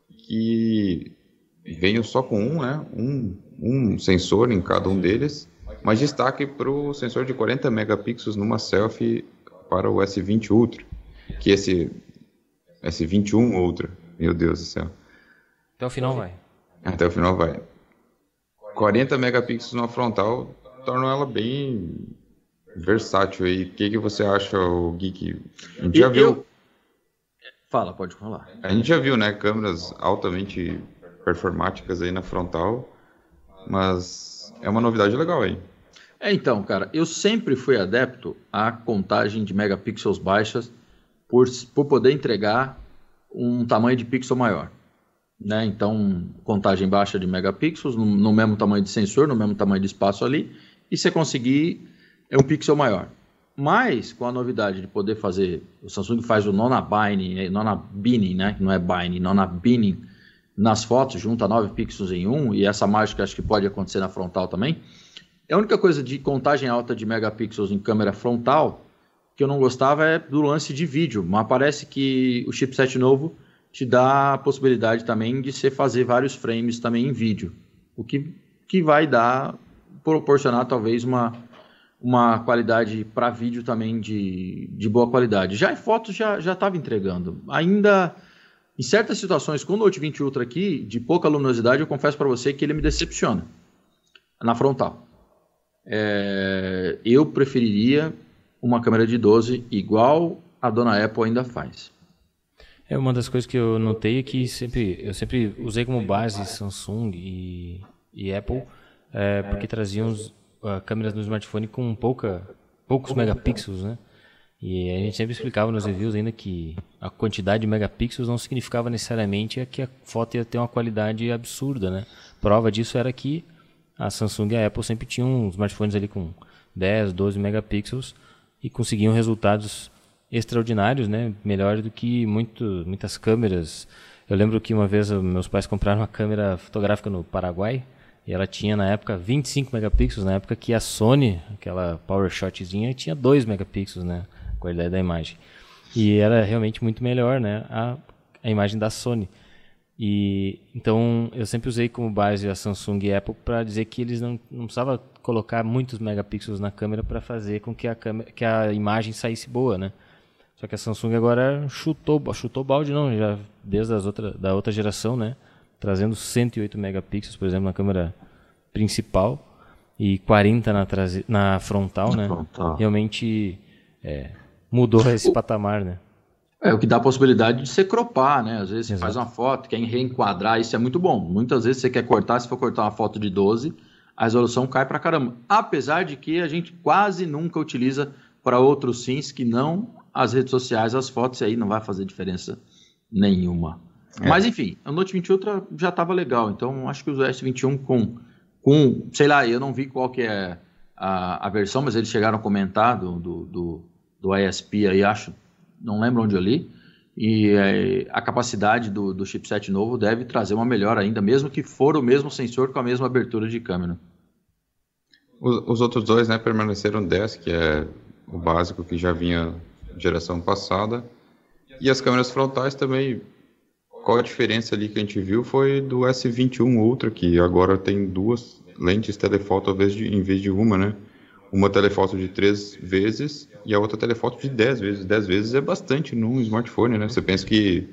que veio só com um sensor em cada um deles. Mas destaque para o sensor de 40 megapixels numa selfie para o S20 Ultra. Que esse S21 Ultra, meu Deus do céu. Até o final vai. Até o final vai. 40 megapixels na frontal tornam ela bem versátil aí. O que você acha, o Geek? A gente já viu... Fala, pode falar. A gente já viu, né, câmeras altamente performáticas aí na frontal, mas é uma novidade legal aí. Então, cara, eu sempre fui adepto à contagem de megapixels baixas por poder entregar um tamanho de pixel maior. Né? Então, contagem baixa de megapixels, no mesmo tamanho de sensor, no mesmo tamanho de espaço ali, e você conseguir um pixel maior. Mas, com a novidade de poder fazer, o Samsung faz o nona-binning, né? Não é binning, nona-binning nas fotos, junta 9 pixels em um, e essa mágica acho que pode acontecer na frontal também. A única coisa de contagem alta de megapixels em câmera frontal que eu não gostava é do lance de vídeo, mas parece que o chipset novo te dá a possibilidade também de você fazer vários frames também em vídeo, o que vai proporcionar talvez uma qualidade para vídeo também de boa qualidade. Já em fotos já estava entregando. Ainda em certas situações, com o Note 20 Ultra aqui, de pouca luminosidade, eu confesso para você que ele me decepciona na frontal. Eu preferiria uma câmera de 12 igual a dona Apple ainda faz. Uma das coisas que eu notei é que eu sempre usei como base Samsung e Apple, porque traziam câmeras no smartphone com poucos megapixels, né? E a gente sempre explicava nos reviews ainda que a quantidade de megapixels não significava necessariamente que a foto ia ter uma qualidade absurda, né? Prova disso era que a Samsung e a Apple sempre tinham smartphones ali com 10, 12 megapixels e conseguiam resultados extraordinários, né? Melhor do que muitas câmeras. Eu lembro que uma vez meus pais compraram uma câmera fotográfica no Paraguai e ela tinha na época 25 megapixels, na época que a Sony, aquela PowerShotzinha, tinha 2 megapixels, né? A qualidade da imagem. E era realmente muito melhor, né, a imagem da Sony. E então eu sempre usei como base a Samsung e a Apple para dizer que eles não precisavam colocar muitos megapixels na câmera para fazer com que a imagem saísse boa, né? Só que a Samsung agora chutou balde, não, já desde da outra geração, né? Trazendo 108 megapixels, por exemplo, na câmera principal e 40 na frontal, né? Realmente mudou esse patamar, né? O que dá a possibilidade de você cropar, né? Às vezes você faz uma foto, quer reenquadrar, isso é muito bom. Muitas vezes você quer cortar, se for cortar uma foto de 12, a resolução cai pra caramba. Apesar de que a gente quase nunca utiliza para outros fins que não as redes sociais, as fotos, e aí não vai fazer diferença nenhuma. Mas enfim, o Note 20 Ultra já estava legal, então acho que o S21 com, sei lá, eu não vi qual que é a versão, mas eles chegaram a comentar do ISP aí, acho, não lembro onde eu li, e a capacidade do chipset novo deve trazer uma melhora ainda, mesmo que for o mesmo sensor com a mesma abertura de câmera. Os outros dois, né, permaneceram 10, que é o básico que já vinha geração passada, e as câmeras frontais também. Qual a diferença ali que a gente viu foi do S21 Ultra, que agora tem duas lentes telefoto em vez de uma, né? Uma telefoto de 3 vezes e a outra telefoto de 10 vezes. 10 vezes é bastante num smartphone, né? Você pensa que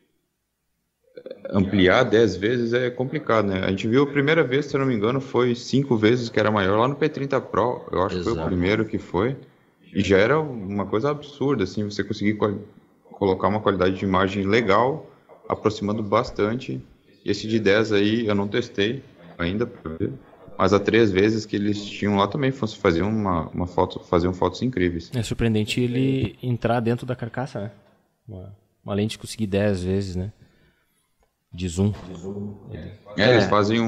ampliar 10 vezes é complicado, né? A gente viu a primeira vez, se eu não me engano, foi 5 vezes que era maior lá no P30 Pro. Eu acho que foi o primeiro que foi. E já era uma coisa absurda, assim, você conseguir colocar uma qualidade de imagem legal, aproximando bastante. Esse de 10 aí eu não testei ainda para ver. Mas a 3 vezes que eles tinham lá também faziam faziam fotos incríveis. É surpreendente ele entrar dentro da carcaça, né? Uma lente conseguir 10 vezes, né? De zoom. Eles fazem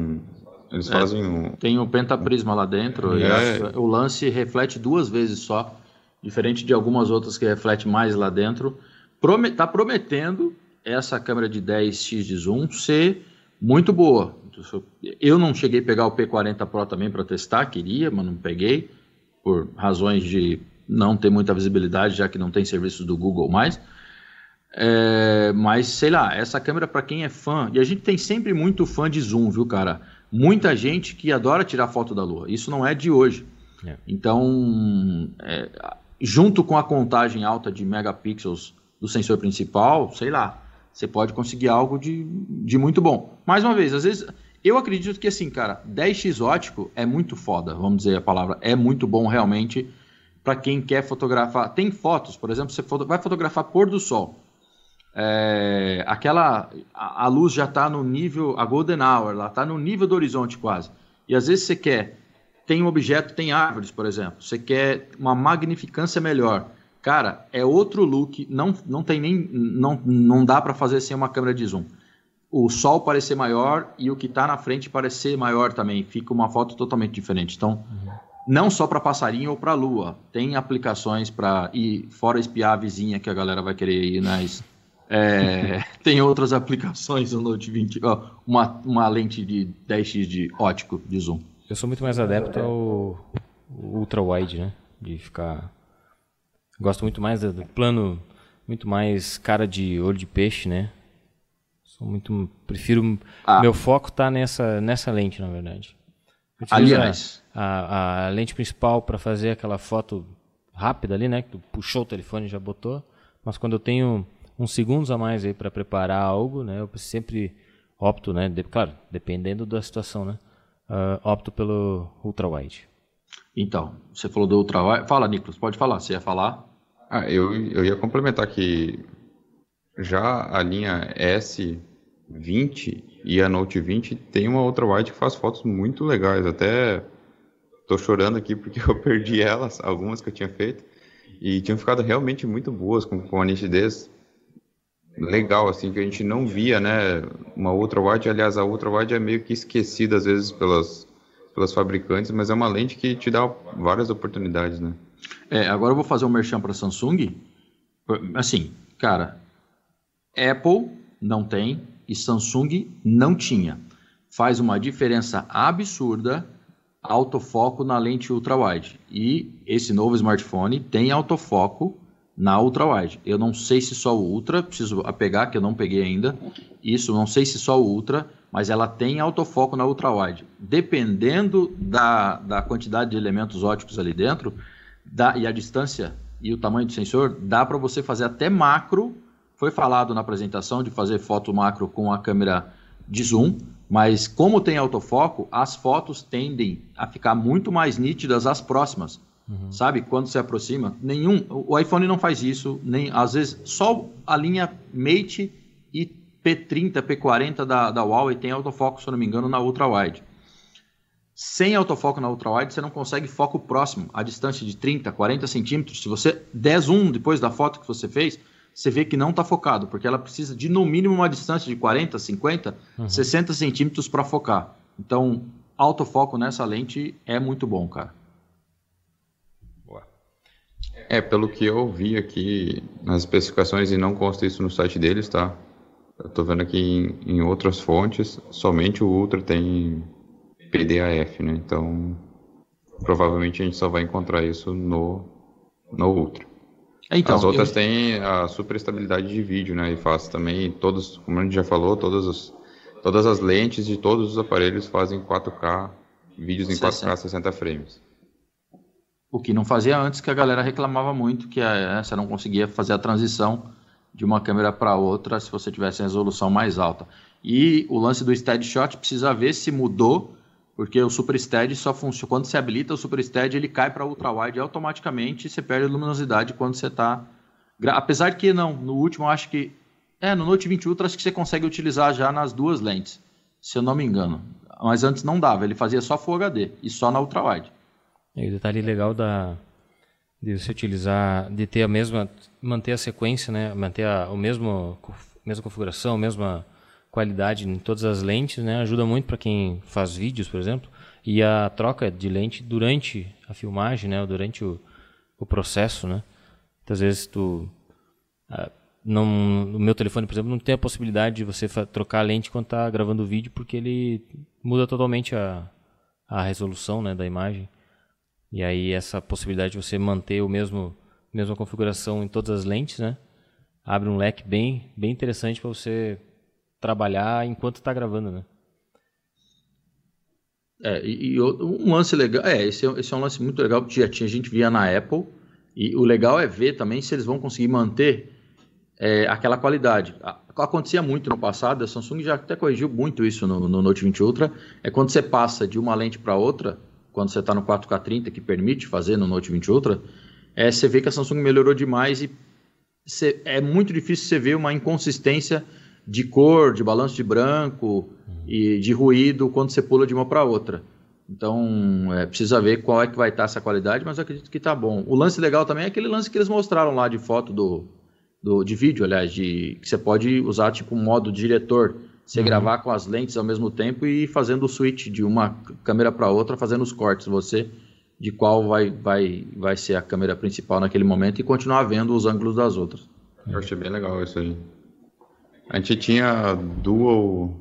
Tem um pentaprisma lá dentro. E o lance reflete 2 vezes só. Diferente de algumas outras que reflete mais lá dentro. Tá prometendo essa câmera de 10x de zoom ser muito boa. Eu não cheguei a pegar o P40 Pro também para testar, queria, mas não peguei, por razões de não ter muita visibilidade, já que não tem serviços do Google mais. Mas, sei lá, essa câmera para quem é fã, e a gente tem sempre muito fã de zoom, viu, cara? Muita gente que adora tirar foto da Lua, isso não é de hoje. Então, junto com a contagem alta de megapixels do sensor principal, sei lá, você pode conseguir algo de muito bom. Mais uma vez, às vezes, eu acredito que assim, cara, 10x ótico é muito foda, vamos dizer a palavra, é muito bom realmente para quem quer fotografar. Tem fotos, por exemplo, você vai fotografar pôr do sol. A luz já está no nível, a golden hour, lá está no nível do horizonte quase. E às vezes tem um objeto, tem árvores, por exemplo, você quer uma magnificância melhor. Cara, é outro look, não dá para fazer sem uma câmera de zoom. O sol parecer maior e o que está na frente parecer maior também, fica uma foto totalmente diferente. Então, não só para passarinho ou para lua, tem aplicações para ir fora espiar a vizinha que a galera vai querer ir nas... tem outras aplicações no Note 20, uma lente de 10x de ótico, de zoom. Eu sou muito mais adepto ao ultra wide, né? De ficar... Gosto muito mais do plano, muito mais cara de olho de peixe, né? Prefiro... Meu foco tá nessa lente, na verdade. Aliás, a lente principal para fazer aquela foto rápida ali, né? Que tu puxou o telefone e já botou. Mas quando eu tenho uns segundos a mais aí para preparar algo, né? Eu sempre opto, né? Claro, dependendo da situação, né? Opto pelo ultra wide. Então, você falou do ultra wide. Fala, Nicolas, pode falar. Você ia falar? Eu ia complementar que já a linha S20 e a Note 20 tem uma ultra wide que faz fotos muito legais. Até tô chorando aqui porque eu perdi elas, algumas que eu tinha feito, e tinham ficado realmente muito boas, com uma nitidez legal, assim, que a gente não via, né? Uma ultra wide, aliás, a ultra wide é meio que esquecida às vezes pelas fabricantes, mas é uma lente que te dá várias oportunidades, né? Agora eu vou fazer um merchan para Samsung. Assim, cara, Apple não tem e Samsung não tinha. Faz uma diferença absurda autofoco na lente ultra-wide. E esse novo smartphone tem autofoco na ultrawide. Eu não sei se só o Ultra, preciso pegar, que eu não peguei ainda. Isso, não sei se só o Ultra, mas ela tem autofoco na ultrawide. Dependendo da quantidade de elementos ópticos ali dentro, e a distância e o tamanho do sensor, dá para você fazer até macro. Foi falado na apresentação de fazer foto macro com a câmera de zoom, mas como tem autofoco, as fotos tendem a ficar muito mais nítidas as próximas. Sabe? Quando se aproxima, o iPhone não faz isso, nem às vezes só a linha Mate e P30, P40 da Huawei tem autofoco, se eu não me engano, na ultrawide. Sem autofoco na ultrawide, você não consegue foco próximo, a distância de 30, 40 centímetros. Se você der zoom depois da foto que você fez, você vê que não está focado, porque ela precisa de no mínimo uma distância de 40, 50, 60 centímetros para focar. Então, autofoco nessa lente é muito bom, cara. Pelo que eu vi aqui nas especificações, e não consta isso no site deles, tá? Eu tô vendo aqui em outras fontes, somente o Ultra tem PDAF, né? Então, provavelmente a gente só vai encontrar isso no Ultra. Então, as outras têm a super estabilidade de vídeo, né? E faz também todos, como a gente já falou, todas as lentes de todos os aparelhos fazem 4K, vídeos em 4K 60 frames. O que não fazia antes, que a galera reclamava muito, que você não conseguia fazer a transição de uma câmera para outra se você tivesse resolução mais alta. E o lance do Steady Shot precisa ver se mudou, porque o Super Steady só funciona quando você habilita o Super Steady, ele cai para ultrawide automaticamente e você perde a luminosidade quando você está... Apesar que não, no último eu acho que... no Note 20 Ultra acho que você consegue utilizar já nas duas lentes, se eu não me engano. Mas antes não dava, ele fazia só Full HD e só na ultrawide. E o detalhe legal de você utilizar, de ter manter a sequência, né? Manter mesma configuração, a mesma qualidade em todas as lentes, né? Ajuda muito para quem faz vídeos, por exemplo. E a troca de lente durante a filmagem, né? Durante o processo, né? Muitas vezes no meu telefone, por exemplo, não tem a possibilidade de você trocar a lente quando está gravando o vídeo, porque ele muda totalmente a resolução, né, da imagem. E aí essa possibilidade de você manter mesma configuração em todas as lentes, né, abre um leque bem interessante para você trabalhar enquanto está gravando, né? Um lance legal, esse é um lance muito legal que a gente via na Apple, e o legal é ver também se eles vão conseguir manter aquela qualidade. Acontecia muito no passado, a Samsung já até corrigiu muito isso no Note 20 Ultra, quando você passa de uma lente para outra, quando você está no 4K30, que permite fazer no Note 20 Ultra, você vê que a Samsung melhorou demais e é muito difícil você ver uma inconsistência de cor, de balanço de branco e de ruído quando você pula de uma para outra. Então, precisa ver qual é que vai estar essa qualidade, mas eu acredito que está bom. O lance legal também é aquele lance que eles mostraram lá de foto de vídeo, aliás, que você pode usar tipo um modo diretor. Você gravar com as lentes ao mesmo tempo e fazendo o switch de uma câmera para outra, fazendo os cortes, de qual vai ser a câmera principal naquele momento e continuar vendo os ângulos das outras. Eu achei bem legal isso aí. A gente tinha dual...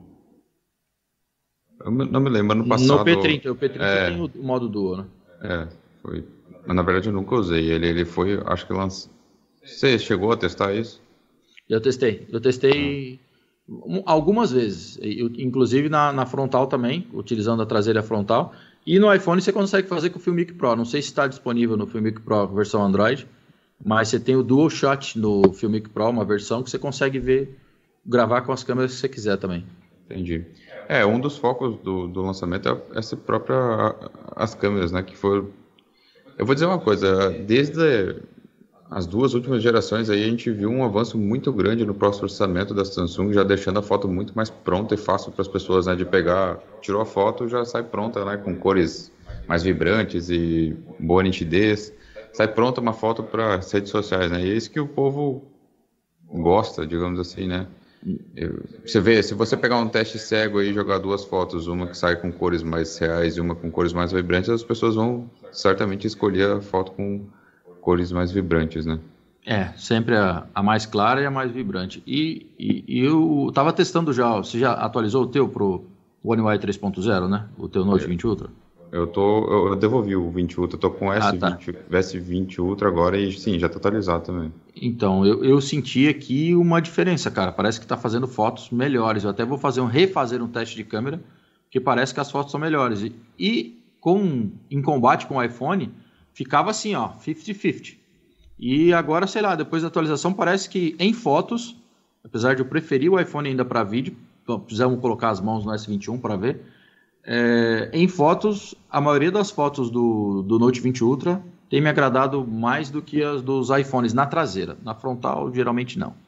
Eu não me lembro, no passado... No P30, o P30 tem o modo dual, né? Foi. Mas na verdade eu nunca usei. Ele foi, acho que lançou... Você chegou a testar isso? Eu testei... algumas vezes, inclusive na frontal também, utilizando a traseira frontal, e no iPhone você consegue fazer com o Filmic Pro. Não sei se está disponível no Filmic Pro versão Android, mas você tem o Dual Shot no Filmic Pro, uma versão que você consegue gravar com as câmeras que você quiser também. Entendi. Um dos focos do lançamento é essa própria as câmeras, né? Que foi. Eu vou dizer uma coisa, desde as duas últimas gerações aí a gente viu um avanço muito grande no processamento da Samsung, já deixando a foto muito mais pronta e fácil para as pessoas, né, de pegar, tirou a foto, já sai pronta, né, com cores mais vibrantes e boa nitidez, sai pronta uma foto para as redes sociais, né, e é isso que o povo gosta, digamos assim, né. Você vê, se você pegar um teste cego aí e jogar duas fotos, uma que sai com cores mais reais e uma com cores mais vibrantes, as pessoas vão certamente escolher a foto com cores mais vibrantes, né? Sempre a mais clara e a mais vibrante. E eu estava testando já, você já atualizou o teu pro One UI 3.0, né? O teu Note 20 Ultra? Eu devolvi o 20 Ultra, tô com o S20, tá. S20 Ultra agora e sim, já tá atualizado também. Então, eu senti aqui uma diferença, cara. Parece que tá fazendo fotos melhores. Eu até vou refazer um teste de câmera, que parece que as fotos são melhores. Em combate com o iPhone, ficava assim, ó, 50-50. E agora, sei lá, depois da atualização, parece que em fotos, apesar de eu preferir o iPhone ainda para vídeo, precisamos colocar as mãos no S21 para ver. Em fotos, a maioria das fotos do Note 20 Ultra tem me agradado mais do que as dos iPhones na traseira. Na frontal, geralmente não.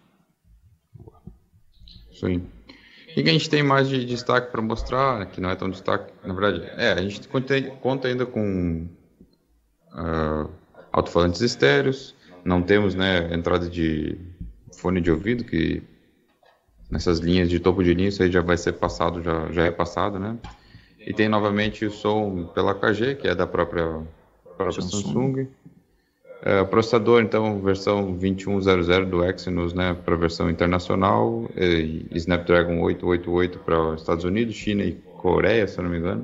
Sim. O que a gente tem mais de destaque para mostrar, que não é tão destaque, na verdade, a gente conta ainda com alto-falantes estéreos, não temos, né, entrada de fone de ouvido, que nessas linhas de topo de linha isso aí já vai ser passado, já é passado, né? E tem novamente o som pela KG, que é da própria Samsung. Processador, então, versão 2100 do Exynos, né, para a versão internacional, e Snapdragon 888 para os Estados Unidos, China e Coreia, se eu não me engano.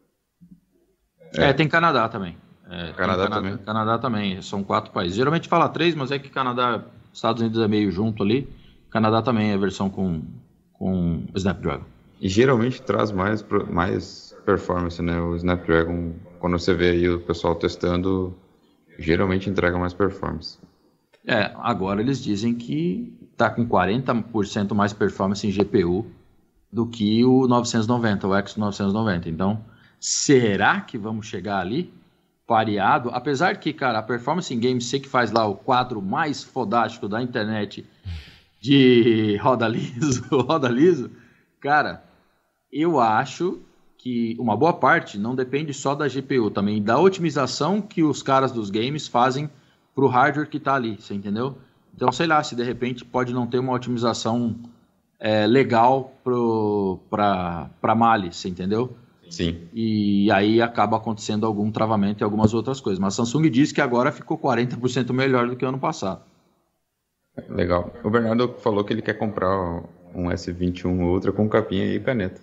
Tem Canadá também. Também. Canadá também, são 4 países. Geralmente fala 3, mas é que Canadá, Estados Unidos é meio junto ali. Canadá também é a versão com Snapdragon. E geralmente traz mais performance, né? O Snapdragon, quando você vê aí o pessoal testando, geralmente entrega mais performance. Agora eles dizem que está com 40% mais performance em GPU do que o 990, o Exynos 990. Então, será que vamos chegar ali? Pareado? Apesar que, cara, a performance em games, você que faz lá o quadro mais fodástico da internet de roda liso, cara, eu acho que uma boa parte não depende só da GPU, também da otimização que os caras dos games fazem para o hardware que está ali, você entendeu? Então, sei lá, se de repente pode não ter uma otimização legal para Mali, você entendeu? Sim. E aí acaba acontecendo algum travamento e algumas outras coisas. Mas a Samsung diz que agora ficou 40% melhor do que o ano passado. Legal. O Bernardo falou que ele quer comprar um S21 Ultra com capinha e caneta.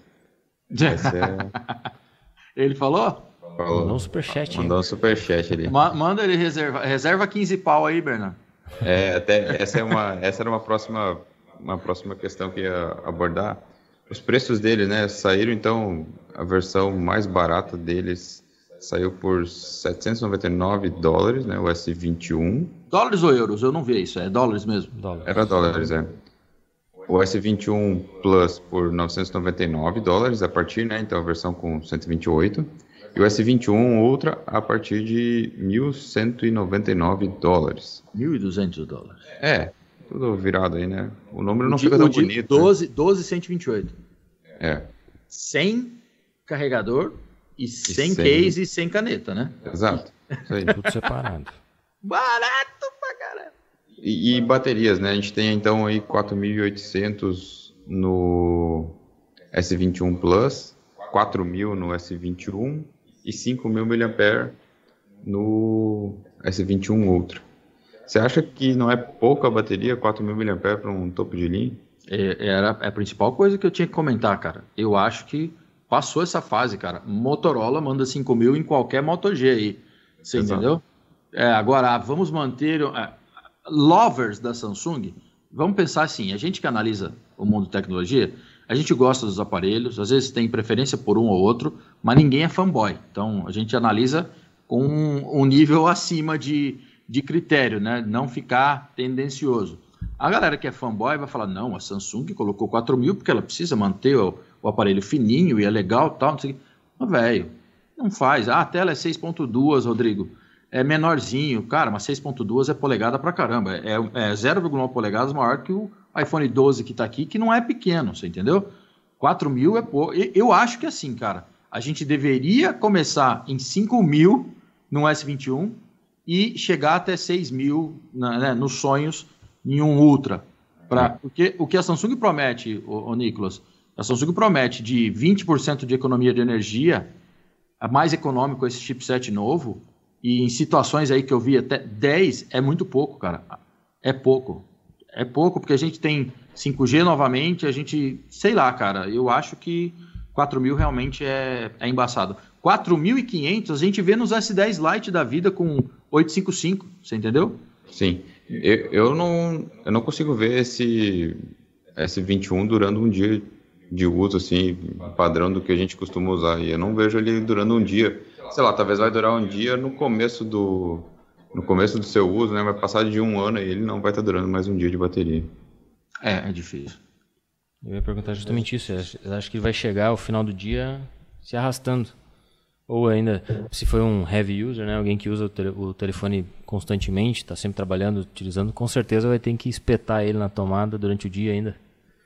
Ele falou? Mandou um superchat. Mandou um superchat ali. Manda ele reserva 15 pau aí, Bernardo. Até essa era uma próxima questão que ia abordar. Os preços dele, né, saíram, então, a versão mais barata deles saiu por $799, né, o S21. Dólares ou euros? Eu não vi isso, é dólares mesmo? Era dólares, O S21 Plus por $999 a partir, né, então a versão com 128. E o S21 Ultra a partir de $1.199. $1.200. Tudo virado aí, né? O número não fica tão bonito. 12,128. Sem carregador e sem case e sem caneta, né? Exato. Isso aí. Tudo separado. Barato pra caralho. E baterias, né? A gente tem então aí 4.800 no S21 Plus, 4.000 no S21 e 5.000 mAh no S21 Ultra. Você acha que não é pouca a bateria, 4.000 mAh para um topo de linha? Era a principal coisa que eu tinha que comentar, cara. Eu acho que passou essa fase, cara. Motorola manda 5.000 em qualquer Moto G aí. Você entendeu? Agora, vamos manter... lovers da Samsung, vamos pensar assim, a gente que analisa o mundo de tecnologia, a gente gosta dos aparelhos, às vezes tem preferência por um ou outro, mas ninguém é fanboy. Então, a gente analisa com um nível acima de critério, né? Não ficar tendencioso. A galera que é fanboy vai falar, não, a Samsung colocou 4.000 porque ela precisa manter o aparelho fininho e é legal e tal, não sei o que. Mas, velho, não faz. A tela é 6.2, Rodrigo. É menorzinho. Cara, mas 6.2 é polegada pra caramba. É 0,1 polegadas maior que o iPhone 12 que tá aqui, que não é pequeno, você entendeu? 4.000 é pouco. Eu acho que assim, cara, a gente deveria começar em 5.000 no S21 e chegar até 6.000 nos sonhos em um Ultra. Porque o que a Samsung promete, o Nicolas, a Samsung promete de 20% de economia de energia, mais econômico esse chipset novo, e em situações aí que eu vi até 10, é muito pouco, cara. É pouco. É pouco porque a gente tem 5G novamente, a gente, sei lá, cara, eu acho que 4.000 realmente é embaçado. 4.500 a gente vê nos S10 Lite da vida com 855, você entendeu? Sim, eu não consigo ver esse S21 durando um dia de uso, assim, padrão do que a gente costuma usar, e eu não vejo ele durando um dia, sei lá, talvez vai durar um dia no começo do seu uso, né, vai passar de um ano e ele não vai estar durando mais um dia de bateria. É difícil. Eu ia perguntar justamente isso, eu acho que ele vai chegar ao final do dia se arrastando. Ou ainda, se foi um heavy user, né, alguém que usa o telefone constantemente, está sempre trabalhando, utilizando, com certeza vai ter que espetar ele na tomada durante o dia ainda.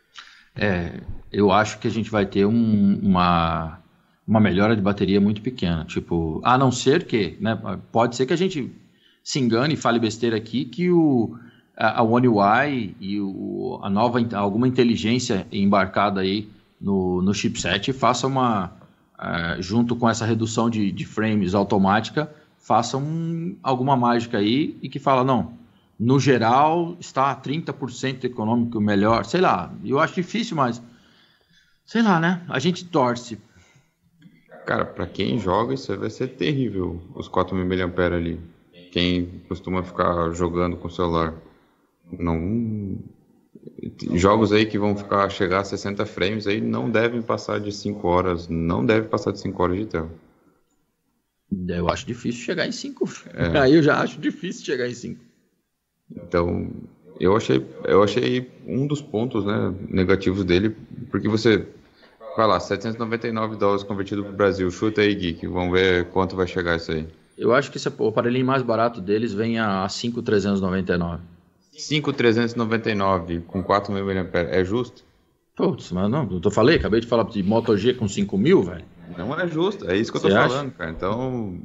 Eu acho que a gente vai ter uma melhora de bateria muito pequena. Tipo, a não ser que, né, pode ser que a gente se engane e fale besteira aqui, que a One UI e alguma inteligência embarcada aí no chipset faça junto com essa redução de frames automática, faça alguma mágica aí e que fala, não, no geral está 30% econômico melhor, sei lá, eu acho difícil, mas sei lá, né, a gente torce. Cara, para quem joga isso vai ser terrível, os 4.000 mAh ali, quem costuma ficar jogando com o celular, jogos aí que vão chegar a 60 frames aí não devem passar de 5 horas, não deve passar de 5 horas de tela. Eu acho difícil chegar em 5. Aí eu já acho difícil chegar em 5. Então, eu achei um dos pontos, né, negativos dele, porque você vai lá, $799 convertido para o Brasil, chuta aí, Geek, vamos ver quanto vai chegar isso aí. Eu acho que o aparelhinho mais barato deles vem a 5.399. 5.399 com 4.000 mAh é justo? Putz, mas não, acabei de falar de Moto G com 5.000, velho. Não é justo, é isso que eu tô falando, cara. Então,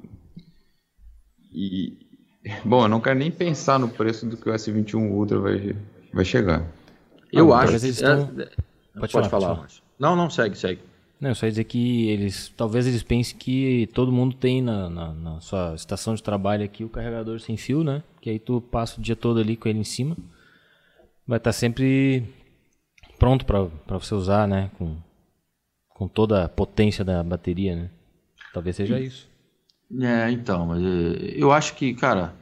bom, eu não quero nem pensar no preço do que o S21 Ultra vai chegar. Eu acho que... Pode falar. Não, segue. Não, só ia dizer que talvez eles pensem que todo mundo tem na sua estação de trabalho aqui o carregador sem fio, né? Que aí tu passa o dia todo ali com ele em cima. Vai estar sempre pronto para você usar, né? Com toda a potência da bateria, né? Talvez seja isso. Então, mas eu acho que, cara,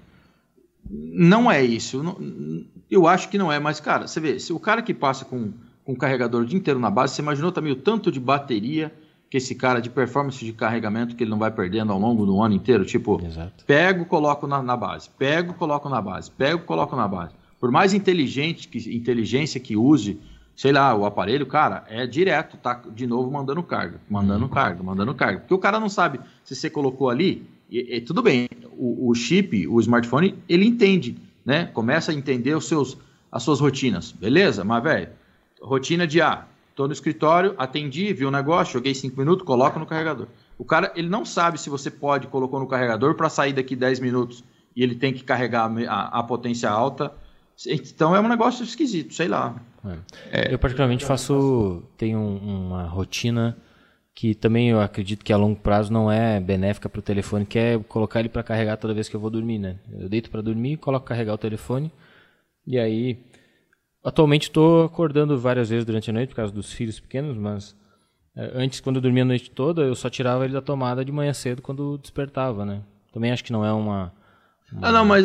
não é isso. Eu acho que não é, mas, cara, você vê, se o cara que passa com um carregador o dia inteiro na base, você imaginou também o tanto de bateria que esse cara de performance de carregamento que ele não vai perdendo ao longo do ano inteiro, tipo, Exato. Pego, coloco na base, pego, coloco na base, pego, coloco na base. Por mais inteligência que use, sei lá, o aparelho, cara, é direto, tá de novo mandando carga. Porque o cara não sabe se você colocou ali, e tudo bem, o chip, o smartphone, ele entende, né? Começa a entender as suas rotinas, beleza? Mas, velho, rotina de tô no escritório, atendi, vi o negócio, joguei 5 minutos, coloco no carregador. O cara, ele não sabe se você colocou no carregador para sair daqui 10 minutos e ele tem que carregar a potência alta. Então é um negócio esquisito, sei lá. Eu particularmente tenho uma rotina que também eu acredito que a longo prazo não é benéfica para o telefone, que é colocar ele para carregar toda vez que eu vou dormir, né? Eu deito para dormir, coloco carregar o telefone e aí... Atualmente estou acordando várias vezes durante a noite por causa dos filhos pequenos, mas antes, quando eu dormia a noite toda, eu só tirava ele da tomada de manhã cedo quando despertava, né? Também acho que não é mas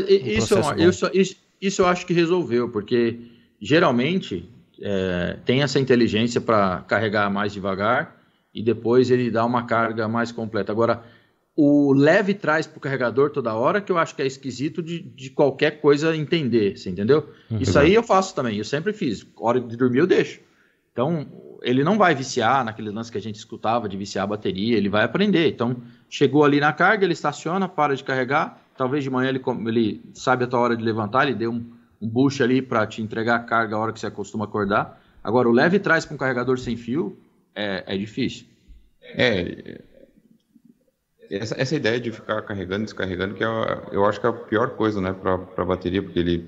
isso eu acho que resolveu, porque geralmente tem essa inteligência para carregar mais devagar e depois ele dá uma carga mais completa. Agora, o leve traz para o carregador toda hora, que eu acho que é esquisito de qualquer coisa entender, você entendeu? Isso aí eu faço também, eu sempre fiz. Hora de dormir eu deixo. Então, ele não vai viciar naquele lance que a gente escutava de viciar a bateria, ele vai aprender. Então, chegou ali na carga, ele estaciona, para de carregar, talvez de manhã ele sabe a tua hora de levantar, ele deu um boost ali para te entregar a carga a hora que você costuma acordar. Agora, o leve traz para um carregador sem fio é difícil. Essa ideia de ficar carregando e descarregando, que eu acho que é a pior coisa, né, para a bateria, porque ele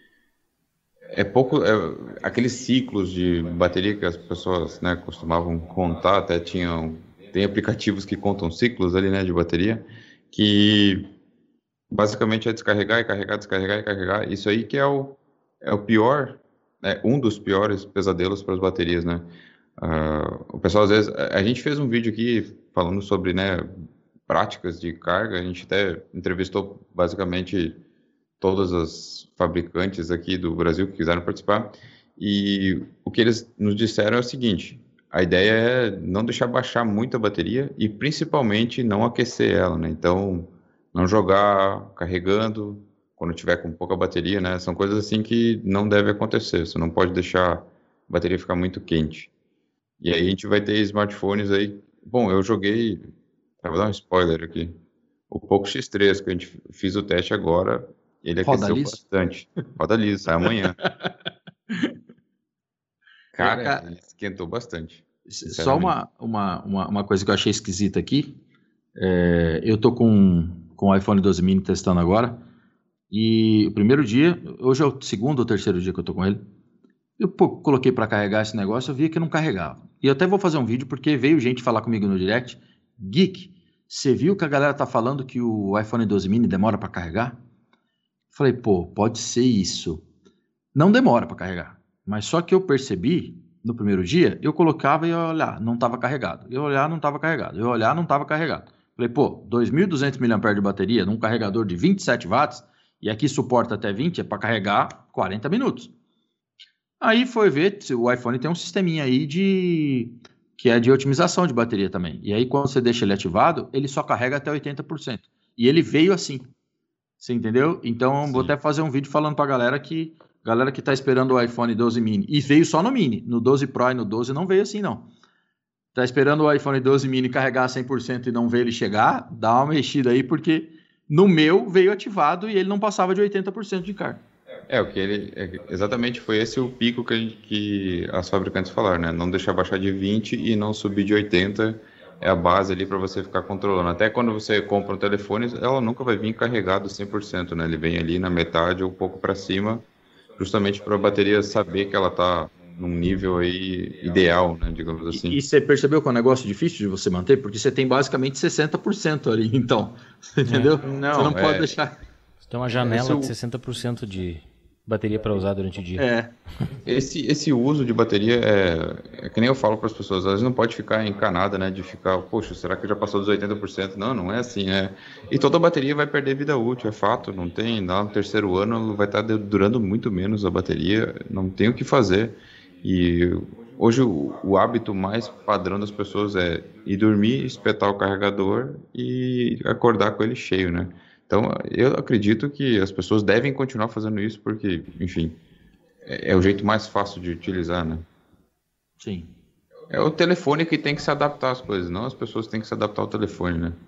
aqueles ciclos de bateria que as pessoas, né, costumavam contar, até tem aplicativos que contam ciclos ali, né, de bateria, que basicamente é descarregar e carregar, descarregar e carregar. Isso aí que é o pior, um dos piores pesadelos para as baterias, né? O pessoal, às vezes, a gente fez um vídeo aqui falando sobre, né, práticas de carga. A gente até entrevistou basicamente todas as fabricantes aqui do Brasil que quiseram participar, e o que eles nos disseram é o seguinte: a ideia é não deixar baixar muito a bateria e principalmente não aquecer ela, né? Então, não jogar carregando quando tiver com pouca bateria, né? São coisas assim que não deve acontecer. Você não pode deixar a bateria ficar muito quente. E aí a gente vai ter smartphones aí. Bom, eu joguei, vou dar um spoiler aqui. O Poco X3 que a gente fiz o teste agora, ele Roda aqueceu liso? bastante. Roda liso, sai amanhã. Cara, ele esquentou bastante. Só uma coisa que eu achei esquisita aqui. Eu tô com o iPhone 12 mini testando agora. E o primeiro dia, hoje é o segundo ou terceiro dia que eu tô com ele. Eu coloquei para carregar esse negócio, eu vi que não carregava. E eu até vou fazer um vídeo porque veio gente falar comigo no direct. Geek, você viu que a galera tá falando que o iPhone 12 mini demora para carregar? Falei, pô, pode ser isso. Não demora para carregar. Mas só que eu percebi, no primeiro dia, eu colocava e ia olhar, não estava carregado. Eu olhar, não estava carregado. Eu olhar, não estava carregado. Falei, pô, 2.200 mAh de bateria num carregador de 27 watts, e aqui suporta até 20, é para carregar 40 minutos. Aí foi ver, o iPhone tem um sisteminha aí que é de otimização de bateria também. E aí quando você deixa ele ativado, ele só carrega até 80%. E ele veio assim. Você entendeu? Então, vou até fazer um vídeo falando pra galera que tá esperando o iPhone 12 mini, e veio só no mini, no 12 Pro e no 12 não veio assim, não. Tá esperando o iPhone 12 mini carregar 100% e não ver ele chegar, dá uma mexida aí, porque no meu veio ativado e ele não passava de 80% de carga. Exatamente foi esse o pico que as fabricantes falaram, né? Não deixar baixar de 20 e não subir de 80. É a base ali para você ficar controlando. Até quando você compra um telefone, ela nunca vai vir carregado 100%, né? Ele vem ali na metade ou um pouco para cima, justamente para a bateria saber que ela está num nível aí ideal, né? Digamos assim. E você percebeu que é um negócio difícil de você manter? Porque você tem basicamente 60% ali, então. Entendeu? Não, você não pode deixar... Você tem uma janela de 60% de bateria para usar durante o dia. Esse uso de bateria é que nem eu falo para as pessoas, às vezes não pode ficar encanada, né, de ficar, poxa, será que já passou dos 80%? Não é assim, né? E toda bateria vai perder vida útil, é fato, não tem, lá no terceiro ano vai estar durando muito menos a bateria, não tem o que fazer. E hoje o hábito mais padrão das pessoas é ir dormir, espetar o carregador e acordar com ele cheio, né? Então, eu acredito que as pessoas devem continuar fazendo isso porque, enfim, é o jeito mais fácil de utilizar, né? Sim. É o telefone que tem que se adaptar às coisas, não as pessoas têm que se adaptar ao telefone, né?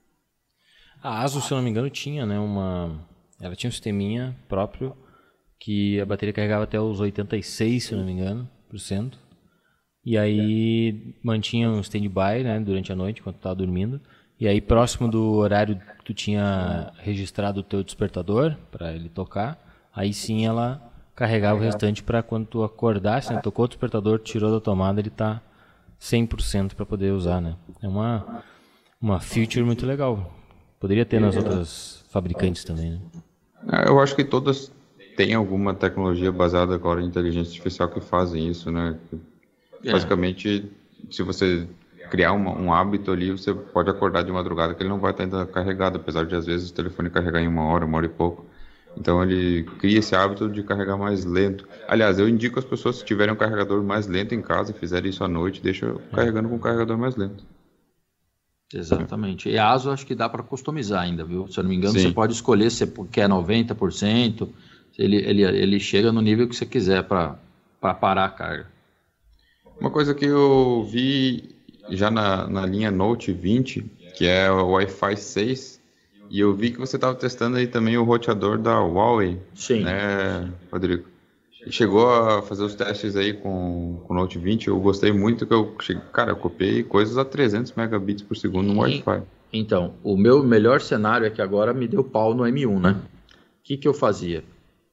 A ASUS, se eu não me engano, tinha, né, ela tinha um sisteminha próprio que a bateria carregava até os 86, se eu não me engano, %. E aí mantinha um stand-by, né, durante a noite, enquanto estava dormindo. E aí, próximo do horário que tu tinha registrado o teu despertador para ele tocar, aí sim ela carregava o restante para quando tu acordasse, né? Tocou o despertador, tirou da tomada, ele tá 100% para poder usar, né? É uma feature muito legal. Poderia ter nas outras fabricantes também, né? Eu acho que todas têm alguma tecnologia baseada agora em inteligência artificial que fazem isso, né? Basicamente, se você criar um hábito ali, você pode acordar de madrugada que ele não vai estar ainda carregado, apesar de às vezes o telefone carregar em uma hora e pouco. Então ele cria esse hábito de carregar mais lento. Aliás, eu indico as pessoas, se tiverem um carregador mais lento em casa, fizerem isso à noite, deixa carregando com um carregador mais lento. Exatamente. E a ASUS acho que dá para customizar ainda, viu? Se eu não me engano, Sim. Você pode escolher se você quer 90%, ele chega no nível que você quiser para parar a carga. Uma coisa que eu vi já na linha Note 20, que é o Wi-Fi 6, e eu vi que você estava testando aí também o roteador da Huawei. Sim. Né, Rodrigo? Chegou a fazer os testes aí com o Note 20, eu gostei muito que eu copiei coisas a 300 megabits por segundo no Wi-Fi. Então, o meu melhor cenário é que agora me deu pau no M1, né? O que eu fazia?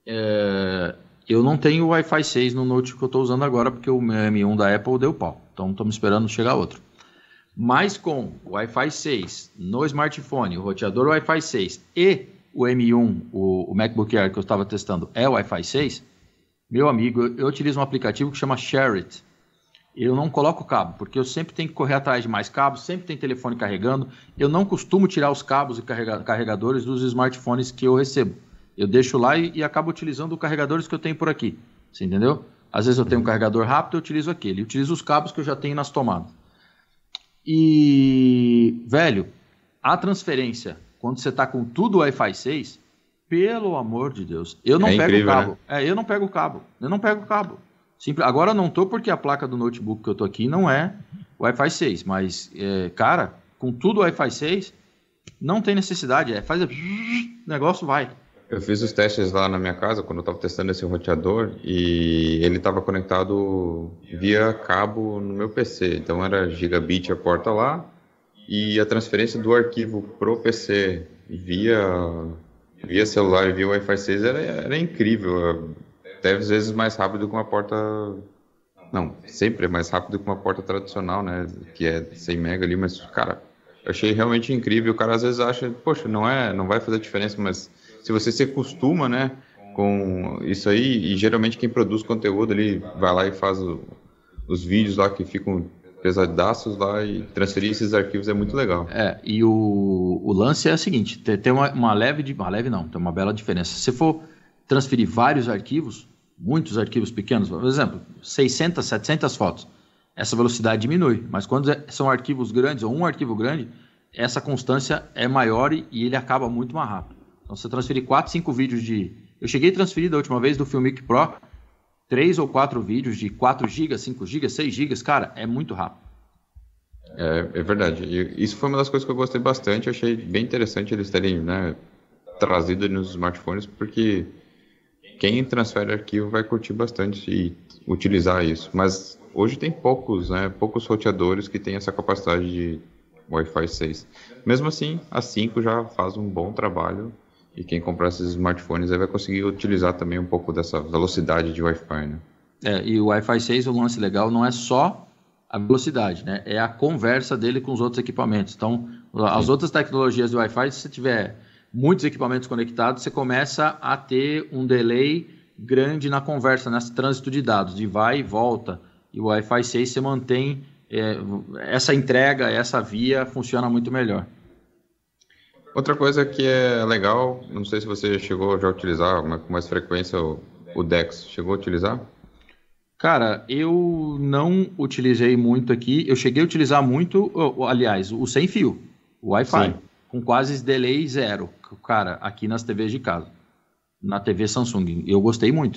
Eu não tenho Wi-Fi 6 no Note que eu estou usando agora, porque o meu M1 da Apple deu pau. Então, estamos esperando chegar outro. Mas com o Wi-Fi 6 no smartphone, o roteador Wi-Fi 6 e o M1, o MacBook Air que eu estava testando é o Wi-Fi 6, meu amigo, eu utilizo um aplicativo que chama Share It. eu não coloco cabo, porque eu sempre tenho que correr atrás de mais cabos, sempre tem telefone carregando. Eu não costumo tirar os cabos e carregadores dos smartphones que eu recebo. Eu deixo lá e acabo utilizando os carregadores que eu tenho por aqui. Você entendeu? Às vezes eu tenho um carregador rápido, eu utilizo aquele. Eu utilizo os cabos que eu já tenho nas tomadas. E, velho, a transferência, quando você está com tudo Wi-Fi 6, pelo amor de Deus, eu não pego o cabo. Né? Eu não pego o cabo. Eu não pego o cabo. Agora não tô porque a placa do notebook que eu tô aqui não é Wi-Fi 6, mas, cara, com tudo Wi-Fi 6, não tem necessidade, faz o negócio vai. Eu fiz os testes lá na minha casa, quando eu estava testando esse roteador, e ele estava conectado via cabo no meu PC, então era gigabit a porta lá, e a transferência do arquivo pro PC via celular e via Wi-Fi 6 era incrível. Até às vezes mais rápido que uma porta... Não, sempre é mais rápido que uma porta tradicional, né? Que é 100 MB ali, mas, cara, eu achei realmente incrível. O cara às vezes acha, poxa, não vai fazer diferença, mas se você se acostuma, né, com isso aí, e geralmente quem produz conteúdo ali vai lá e faz os vídeos lá que ficam pesadaços lá e transferir esses arquivos é muito legal. E o lance é o seguinte, tem uma bela diferença. Se você for transferir vários arquivos, muitos arquivos pequenos, por exemplo, 600, 700 fotos, essa velocidade diminui, mas quando são arquivos grandes ou um arquivo grande, essa constância é maior e ele acaba muito mais rápido. Então você transferir 4, 5 vídeos eu cheguei a transferir da última vez do Filmic Pro 3 ou 4 vídeos de 4 GB, 5 GB, 6 GB, cara, é muito rápido. É verdade. E isso foi uma das coisas que eu gostei bastante, eu achei bem interessante eles terem, né, trazido nos smartphones, porque quem transfere arquivo vai curtir bastante e utilizar isso. Mas hoje tem poucos roteadores que têm essa capacidade de Wi-Fi 6. Mesmo assim, a 5 já faz um bom trabalho e quem comprar esses smartphones aí vai conseguir utilizar também um pouco dessa velocidade de Wi-Fi, né? E o Wi-Fi 6, o lance legal não é só a velocidade, né? É a conversa dele com os outros equipamentos. Então, as outras tecnologias do Wi-Fi, se você tiver muitos equipamentos conectados, você começa a ter um delay grande na conversa, nesse trânsito de dados, de vai e volta. E o Wi-Fi 6 você mantém essa entrega, essa via funciona muito melhor. Outra coisa que é legal, não sei se você chegou já a utilizar com mais frequência o DeX. Chegou a utilizar? Cara, eu não utilizei muito aqui. Eu cheguei a utilizar muito, aliás, o sem fio, o Wi-Fi, com quase delay zero. Cara, aqui nas TVs de casa, na TV Samsung, eu gostei muito.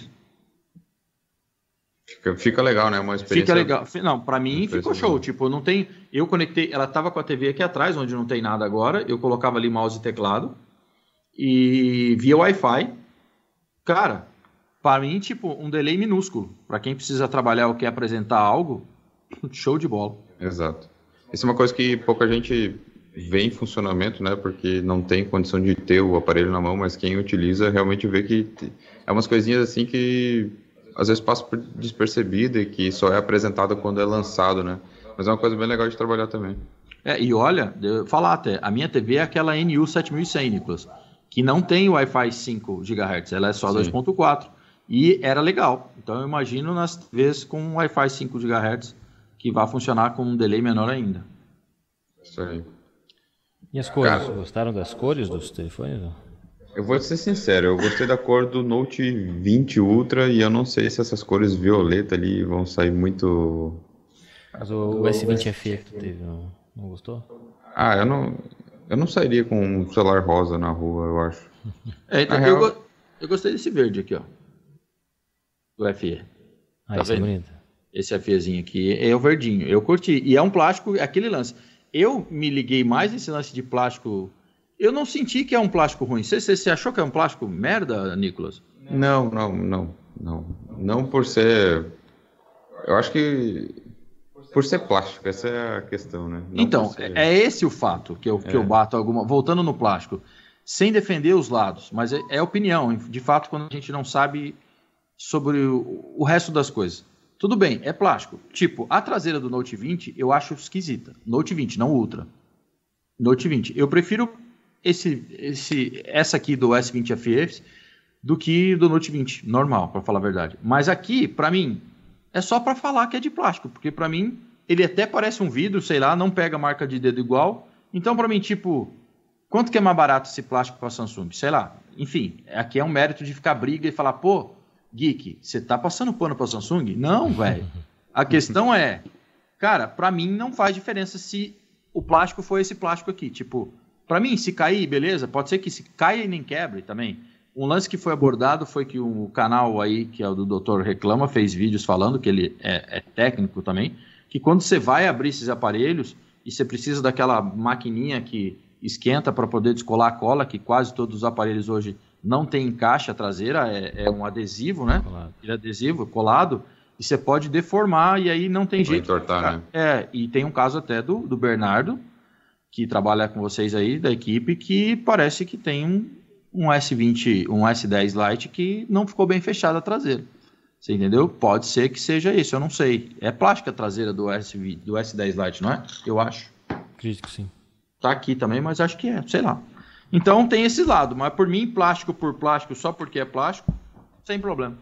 Fica legal, né? Uma experiência. Fica legal. Não, pra mim ficou show. Tipo, não tem. Eu conectei. Ela tava com a TV aqui atrás, onde não tem nada agora. Eu colocava ali mouse e teclado e via Wi-Fi. Cara, pra mim, tipo, um delay minúsculo. Pra quem precisa trabalhar ou quer apresentar algo, show de bola. Exato. Isso é uma coisa que pouca gente vê em funcionamento, né? Porque não tem condição de ter o aparelho na mão, mas quem utiliza realmente vê que é umas coisinhas assim que às vezes passa por despercebida e que só é apresentado quando é lançado, né? Mas é uma coisa bem legal de trabalhar também. E olha, eu falar até, a minha TV é aquela NU7100, Nicolas, que não tem Wi-Fi 5 GHz, ela é só 2.4 e era legal. Então eu imagino nas TVs com Wi-Fi 5 GHz que vai funcionar com um delay menor ainda. Isso aí. E as cores? Cara, gostaram das cores dos telefones? Eu vou ser sincero, eu gostei da cor do Note 20 Ultra e eu não sei se essas cores violeta ali vão sair muito... Mas o S20 FE que tu teve, não gostou? Eu não sairia com um celular rosa na rua, eu acho. Então, eu gostei desse verde aqui, ó. Do FE. Tá esse vendo? É bonito. Esse FEzinho aqui é o verdinho. Eu curti. E é um plástico, aquele lance. Eu me liguei mais nesse lance de plástico... Eu não senti que é um plástico ruim. Você achou que é um plástico merda, Nicolas? Não. Não por ser... Eu acho que por ser plástico, essa é a questão, né? Não então, ser... é esse o fato que eu bato alguma... Voltando no plástico, sem defender os lados, mas é opinião. De fato, quando a gente não sabe sobre o resto das coisas. Tudo bem, é plástico. Tipo, a traseira do Note 20 eu acho esquisita. Note 20, não Ultra. Note 20. Eu prefiro essa aqui do S20 FE do que do Note 20, normal, para falar a verdade. Mas aqui, para mim, é só para falar que é de plástico, porque para mim ele até parece um vidro, sei lá, não pega marca de dedo igual. Então para mim, tipo, quanto que é mais barato esse plástico para a Samsung? Sei lá. Enfim, aqui é um mérito de ficar briga e falar, pô, Geek, você tá passando pano para a Samsung? Não, velho. A questão é, cara, para mim não faz diferença se o plástico for esse plástico aqui. Tipo, para mim, se cair, beleza, pode ser que se caia e nem quebre também. Um lance que foi abordado foi que o canal aí, que é o do Doutor Reclama, fez vídeos falando, que ele é técnico também, que quando você vai abrir esses aparelhos e você precisa daquela maquininha que esquenta para poder descolar a cola, que quase todos os aparelhos hoje não tem encaixe, a traseira é um adesivo, né? Ele é adesivo, colado, e você pode deformar e aí não tem jeito. Entortar, né? E tem um caso até do Bernardo, que trabalha com vocês aí, da equipe, que parece que tem um S20, um S10 Lite que não ficou bem fechado a traseira. Você entendeu? Pode ser que seja isso, eu não sei. É plástica a traseira do S10 Lite, não é? Eu acho. Acredito que sim. Tá aqui também, mas acho que é, sei lá. Então tem esse lado, mas por mim, plástico por plástico, só porque é plástico, sem problema.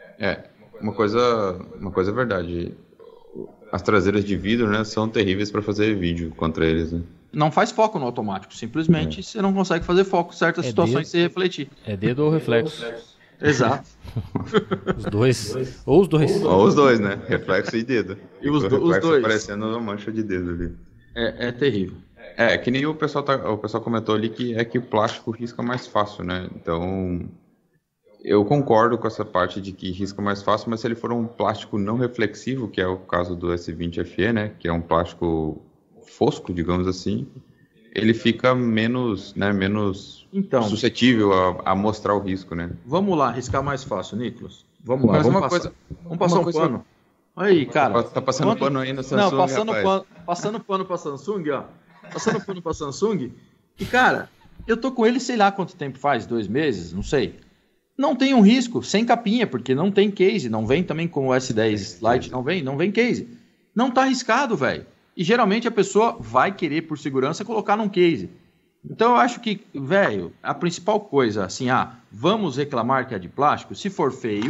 Uma coisa é verdade. As traseiras de vidro, né, são terríveis para fazer vídeo contra eles, né? Não faz foco no automático, simplesmente você não consegue fazer foco em certas situações sem refletir. É dedo ou reflexo. Exato. Os dois. Ou os dois. Ou os dois, né? Reflexo e dedo. E os reflexo dois. Parecendo uma mancha de dedo ali. É terrível. Que nem o pessoal comentou ali que o plástico risca mais fácil, né? Então, eu concordo com essa parte de que risca mais fácil, mas se ele for um plástico não reflexivo, que é o caso do S20 FE, né? Que é um plástico fosco, digamos assim, ele fica menos suscetível a mostrar o risco, né? Vamos lá, riscar mais fácil, Nicolas. Vamos lá, vamos passar um pano. Aí, cara. Tá passando pano aí na Samsung, não, passando pano pra Samsung, ó. Passando pano pra Samsung. E, cara, eu tô com ele sei lá quanto tempo faz, 2 meses, não sei. Não tem um risco, sem capinha, porque não tem case. Não vem também com o S10 Lite, não vem case. Não tá arriscado, velho. E geralmente a pessoa vai querer, por segurança, colocar num case. Então eu acho que, velho, a principal coisa, assim, vamos reclamar que é de plástico, se for feio,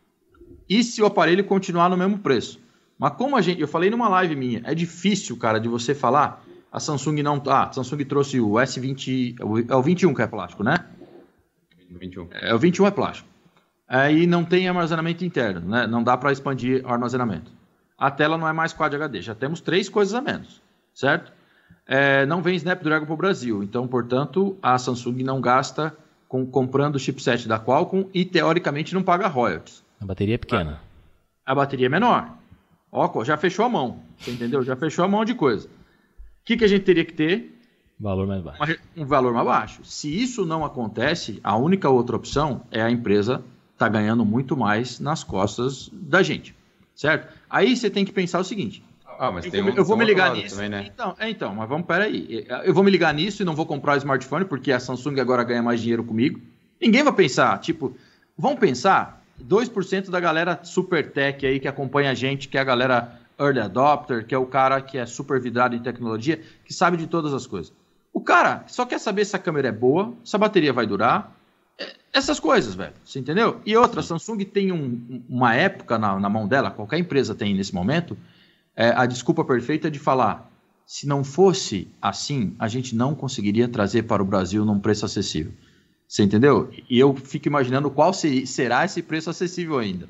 e se o aparelho continuar no mesmo preço. Mas como eu falei numa live minha, é difícil, cara, de você falar, a Samsung não... a Samsung trouxe o S20, é o 21 que é plástico, né? 21. O 21 é plástico. Aí não tem armazenamento interno, né? Não dá para expandir o armazenamento. A tela não é mais Quad HD, já temos 3 coisas a menos, certo? Não vem Snapdragon para o Brasil, então, portanto, a Samsung não gasta comprando o chipset da Qualcomm e, teoricamente, não paga royalties. A bateria é pequena. A bateria é menor. Ó, já fechou a mão, você entendeu? Já fechou a mão de coisa. O que a gente teria que ter? Valor mais baixo. Um valor mais baixo. Se isso não acontece, a única outra opção é a empresa estar ganhando muito mais nas costas da gente, certo? Aí você tem que pensar o seguinte... mas eu vou me ligar nisso. Também, né? Então, mas vamos, peraí. Eu vou me ligar nisso e não vou comprar o smartphone porque a Samsung agora ganha mais dinheiro comigo. Ninguém vai pensar, vamos pensar, 2% da galera super tech aí que acompanha a gente, que é a galera early adopter, que é o cara que é super vidrado em tecnologia, que sabe de todas as coisas. O cara só quer saber se a câmera é boa, se a bateria vai durar, essas coisas, velho. Você entendeu? E outra, a Samsung tem uma época na mão dela, qualquer empresa tem nesse momento, a desculpa perfeita de falar, se não fosse assim, a gente não conseguiria trazer para o Brasil num preço acessível. Você entendeu? E eu fico imaginando qual será esse preço acessível ainda.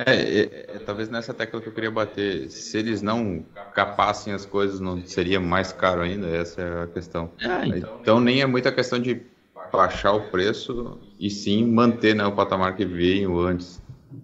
Talvez nessa tecla que eu queria bater, se eles não capassem as coisas, não seria mais caro ainda? Essa é a questão. Então nem é muita questão de baixar o preço e sim manter, né, o patamar que veio antes.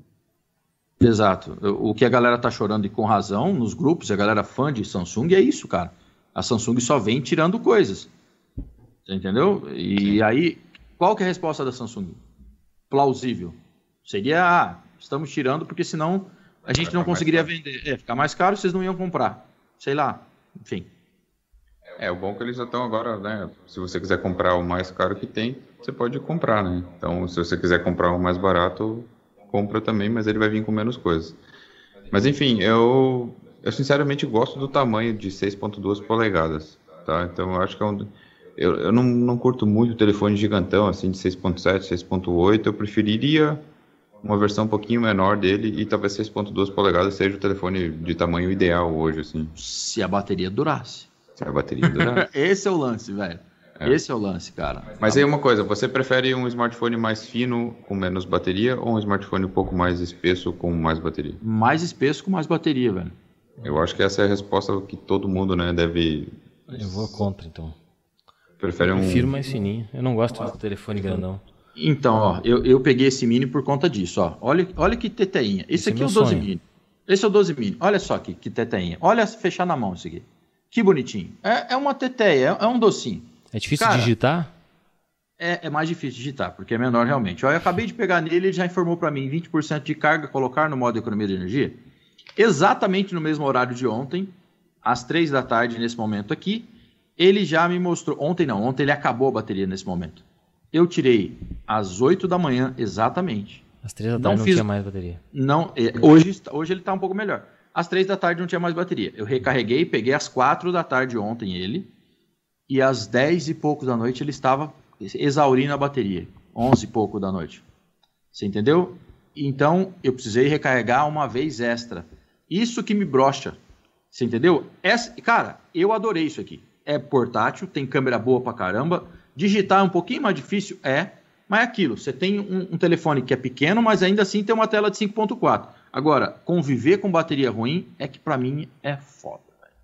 Exato. O que a galera tá chorando e com razão nos grupos, a galera fã de Samsung, é isso, cara. A Samsung só vem tirando coisas. Você entendeu? E aí, qual que é a resposta da Samsung? Plausível. Seria, estamos tirando porque senão a gente não conseguiria vender. Ficar mais caro, vocês não iam comprar. Sei lá. Enfim. O bom é que eles já estão agora, né? Se você quiser comprar o mais caro que tem, você pode comprar, né? Então, se você quiser comprar o mais barato, compra também, mas ele vai vir com menos coisas. Mas enfim, eu sinceramente gosto do tamanho de 6.2 polegadas, tá? Então eu acho que eu não curto muito o telefone gigantão, assim, de 6.7, 6.8, eu preferiria uma versão um pouquinho menor dele e talvez 6.2 polegadas seja o telefone de tamanho ideal hoje, assim. Se a bateria durasse. Se a bateria durasse. Esse é o lance, velho. Esse é o lance, cara. Mas aí uma coisa, você prefere um smartphone mais fino com menos bateria ou um smartphone um pouco mais espesso com mais bateria? Mais espesso com mais bateria, velho. Eu acho que essa é a resposta que todo mundo, né, deve... Eu vou contra, então. Prefere Eu prefiro mais fininho. Eu não gosto do telefone grandão. Então, ó, eu peguei esse mini por conta disso, ó. Olha que teteinha. Esse aqui é o 12 sonho. mini. Esse é o 12 mini. Olha só que teteinha. Olha fechar na mão isso aqui. Que bonitinho. É uma teteia, é um docinho. É difícil Cara, digitar? É mais difícil digitar, porque é menor realmente. Ó, eu acabei de pegar nele, ele já informou para mim 20% de carga, colocar no modo economia de energia. Exatamente no mesmo horário de ontem, às 3 da tarde, nesse momento aqui, ele já me mostrou... Ontem ele acabou a bateria nesse momento. Eu tirei às 8 da manhã, exatamente. Às 3 da tarde não tinha mais bateria. Não, hoje ele está um pouco melhor. Às 3 da tarde não tinha mais bateria. Eu recarreguei, peguei às 4 da tarde ontem ele, e às 10 e pouco da noite ele estava exaurindo a bateria. 11 e pouco da noite. Você entendeu? Então, eu precisei recarregar uma vez extra. Isso que me brocha. Você entendeu? Cara, eu adorei isso aqui. É portátil, tem câmera boa pra caramba. Digitar é um pouquinho mais difícil, mas é aquilo. Você tem um telefone que é pequeno, mas ainda assim tem uma tela de 5.4. Agora, conviver com bateria ruim é que pra mim é foda.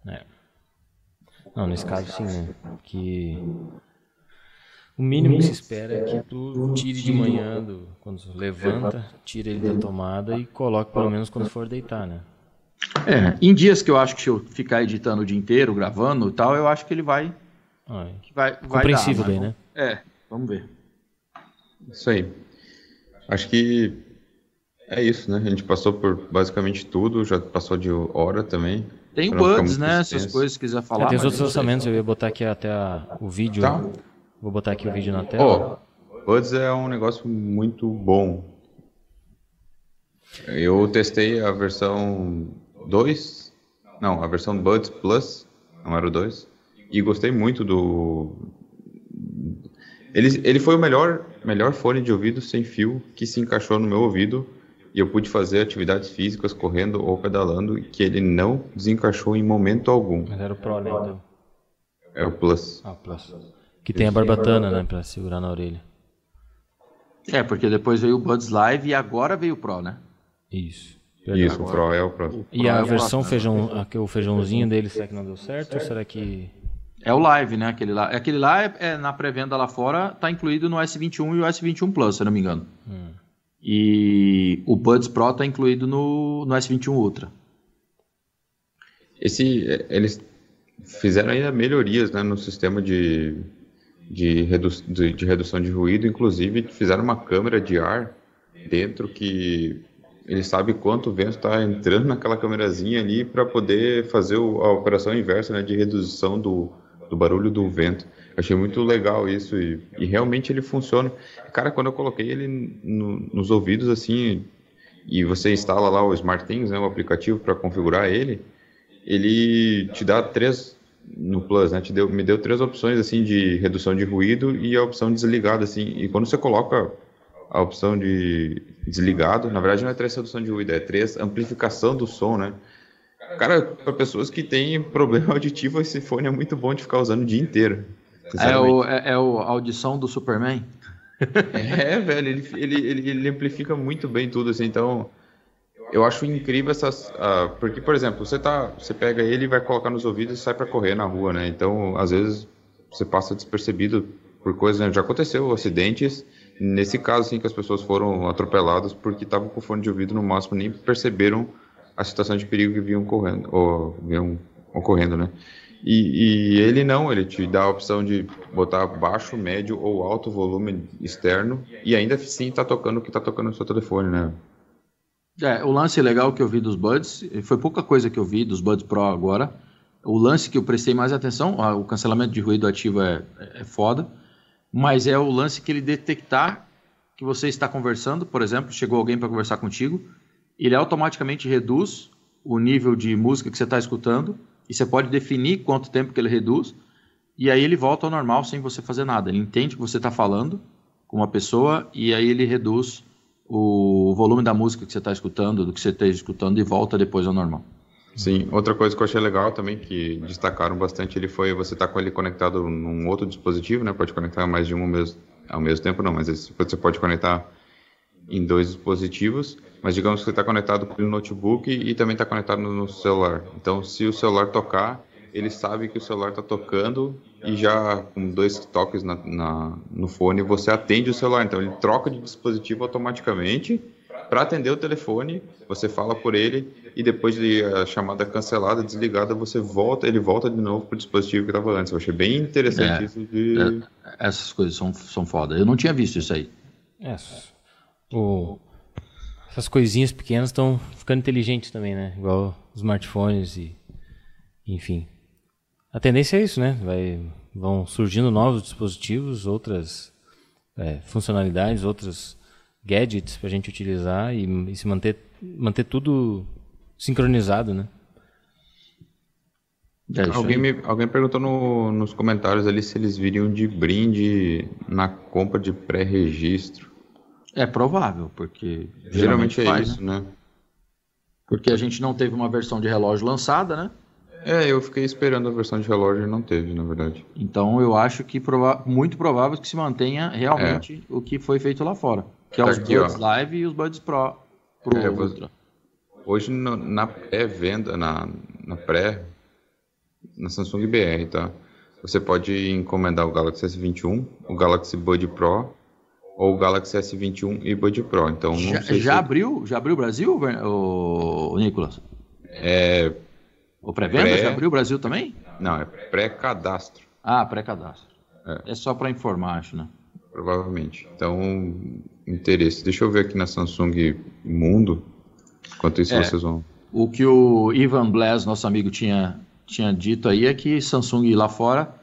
Não, nesse caso sim, né? Que o mínimo que se espera é que tu tire de manhã, quando levanta, tira ele da tomada e coloque pelo menos quando for deitar, né? Em dias que eu acho que se eu ficar editando o dia inteiro, gravando e tal, eu acho que ele vai compreensível dar, daí, né? Vamos ver. Isso aí. Acho que é isso, né? A gente passou por basicamente tudo, já passou de hora também. Tem o Buds, né? Essas coisas que quiser falar. Tem os outros lançamentos, eu ia botar aqui até o vídeo. Tá. Vou botar aqui o vídeo na tela. Buds é um negócio muito bom. Eu testei a versão 2, não, a versão Buds Plus, não era o 2, e gostei muito do... Ele foi o melhor fone de ouvido sem fio que se encaixou no meu ouvido e eu pude fazer atividades físicas correndo ou pedalando que ele não desencaixou em momento algum. Mas era o Pro, né? Então. É o Plus. Ah, o Plus. Que tem a barbatana, né, pra segurar na orelha. Porque depois veio o Buds Live e agora veio o Pro, né? Isso. Isso, o Pro é o Pro. E a versão o feijãozinho dele, será que não deu certo? Ou será que... É o Live, né? Aquele lá na pré-venda lá fora, tá incluído no S21 e o S21 Plus, se eu não me engano. E o Buds Pro tá incluído no S21 Ultra. Eles fizeram ainda melhorias, né, no sistema de redução de ruído, inclusive fizeram uma câmera de ar dentro que ele sabe quanto vento está entrando naquela câmerazinha ali para poder fazer a operação inversa, né, de redução do barulho do vento. Eu achei muito legal isso e realmente ele funciona. Cara, quando eu coloquei ele nos ouvidos assim, e você instala lá o SmartThings, né, o aplicativo para configurar ele te dá 3 no Plus, né, me deu 3 opções assim de redução de ruído e a opção desligado assim. E quando você coloca a opção de desligado, na verdade não é 3 redução de ruído, é 3 amplificação do som, né? Cara, para pessoas que têm problema auditivo, esse fone é muito bom de ficar usando o dia inteiro. A audição do Superman? Velho, ele amplifica muito bem tudo, assim, então eu acho incrível porque, por exemplo, você pega ele e vai colocar nos ouvidos e sai para correr na rua, né? Então, às vezes, você passa despercebido por coisas, né? Já aconteceu acidentes, nesse caso, assim, que as pessoas foram atropeladas porque estavam com fone de ouvido no máximo, nem perceberam a situação de perigo que vinham ocorrendo, né? E ele não, ele te dá a opção de botar baixo, médio ou alto volume externo e ainda assim tá tocando o que tá tocando no seu telefone, né? O lance legal que eu vi dos Buds, foi pouca coisa que eu vi dos Buds Pro agora. O lance que eu prestei mais atenção, o cancelamento de ruído ativo é foda, mas é o lance que ele detectar que você está conversando, por exemplo, chegou alguém para conversar contigo, ele automaticamente reduz o nível de música que você está escutando e você pode definir quanto tempo que ele reduz e aí ele volta ao normal sem você fazer nada. Ele entende que você está falando com uma pessoa e aí ele reduz o volume da música que você está escutando, do que você esteja escutando, e volta depois ao normal. Sim, outra coisa que eu achei legal também, que destacaram bastante, ele foi você tá com ele conectado num outro dispositivo, né? Pode conectar mais de um ao mesmo tempo, não, mas você pode conectar em 2 dispositivos, mas digamos que você está conectado com o notebook e também está conectado no celular. Então, se o celular tocar, ele sabe que o celular está tocando e já com 2 toques no fone você atende o celular. Então, ele troca de dispositivo automaticamente para atender o telefone, você fala por ele e depois de a chamada cancelada, desligada, ele volta de novo para o dispositivo que estava antes. Eu achei bem interessante isso de... Essas coisas são foda. Eu não tinha visto isso aí. Essas coisinhas pequenas estão ficando inteligentes também, né? Igual os smartphones enfim. A tendência é isso, né? Vão surgindo novos dispositivos, outras funcionalidades, outros gadgets para a gente utilizar e se manter tudo sincronizado, né? Alguém perguntou nos comentários ali se eles viriam de brinde na compra de pré-registro. É provável, porque geralmente é faz, isso, né? Porque a gente não teve uma versão de relógio lançada, né? Eu fiquei esperando a versão de relógio e não teve, na verdade. Então eu acho que muito provável que se mantenha realmente o que foi feito lá fora. Que é os Buds Live e os Buds Pro Ultra. Hoje na pré-venda, na Samsung BR, tá? Você pode encomendar o Galaxy S21, o Galaxy Bud Pro ou o Galaxy S21 e Bud Pro. Então, não sei já abriu o Brasil, o Nicolas? O pré-venda já abriu o Brasil também? Não, é pré-cadastro. Pré-cadastro. É só para informar, acho, né? Provavelmente. Então, interesse. Deixa eu ver aqui na Samsung Mundo. Enquanto isso, vocês vão... O que o Ivan Blass, nosso amigo, tinha dito aí é que Samsung lá fora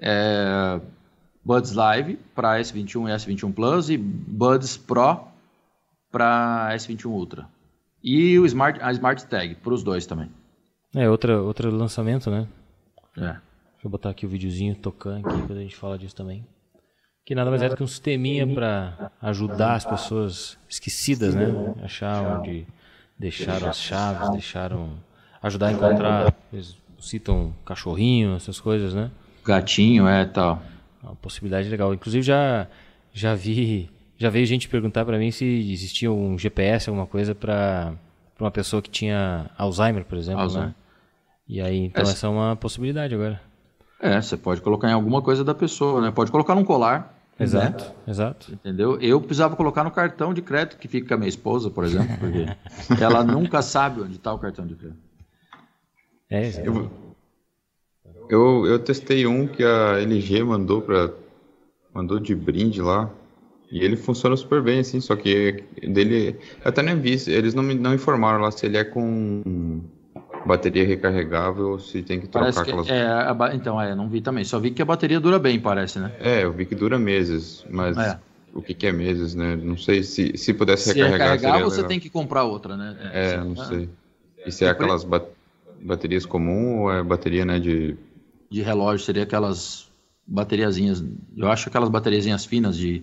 Buds Live para S21 e S21 Plus e Buds Pro para S21 Ultra. E a Smart Tag para os dois também. Outro lançamento, né? Deixa eu botar aqui o videozinho tocando aqui quando a gente fala disso também. Que nada mais é do que um sisteminha para ajudar as pessoas esquecidas, né? Achar onde deixaram as chaves, ajudar a encontrar, eles citam cachorrinho, essas coisas, né? Gatinho, tal. Uma possibilidade legal. Inclusive já veio gente perguntar para mim se existia um GPS, alguma coisa para uma pessoa que tinha Alzheimer, por exemplo, né? E aí, então essa é uma possibilidade agora. Você pode colocar em alguma coisa da pessoa, né? Pode colocar num colar. Exato, né? Exato. Entendeu? Eu precisava colocar no cartão de crédito que fica com a minha esposa, por exemplo, porque ela nunca sabe onde está o cartão de crédito. Eu testei um que a LG mandou de brinde lá. E ele funciona super bem, assim, só que dele... Eu até nem vi, eles não informaram lá se ele é com bateria recarregável ou se tem que trocar aquelas... não vi também, só vi que a bateria dura bem, parece, né? Eu vi que dura meses, mas o que é meses, né? Não sei se pudesse recarregar seria você legal. tem que comprar outra, né? Não sei. E se é aquelas baterias comuns ou é bateria, né, de relógio, seria aquelas bateriazinhas, eu acho aquelas bateriazinhas finas de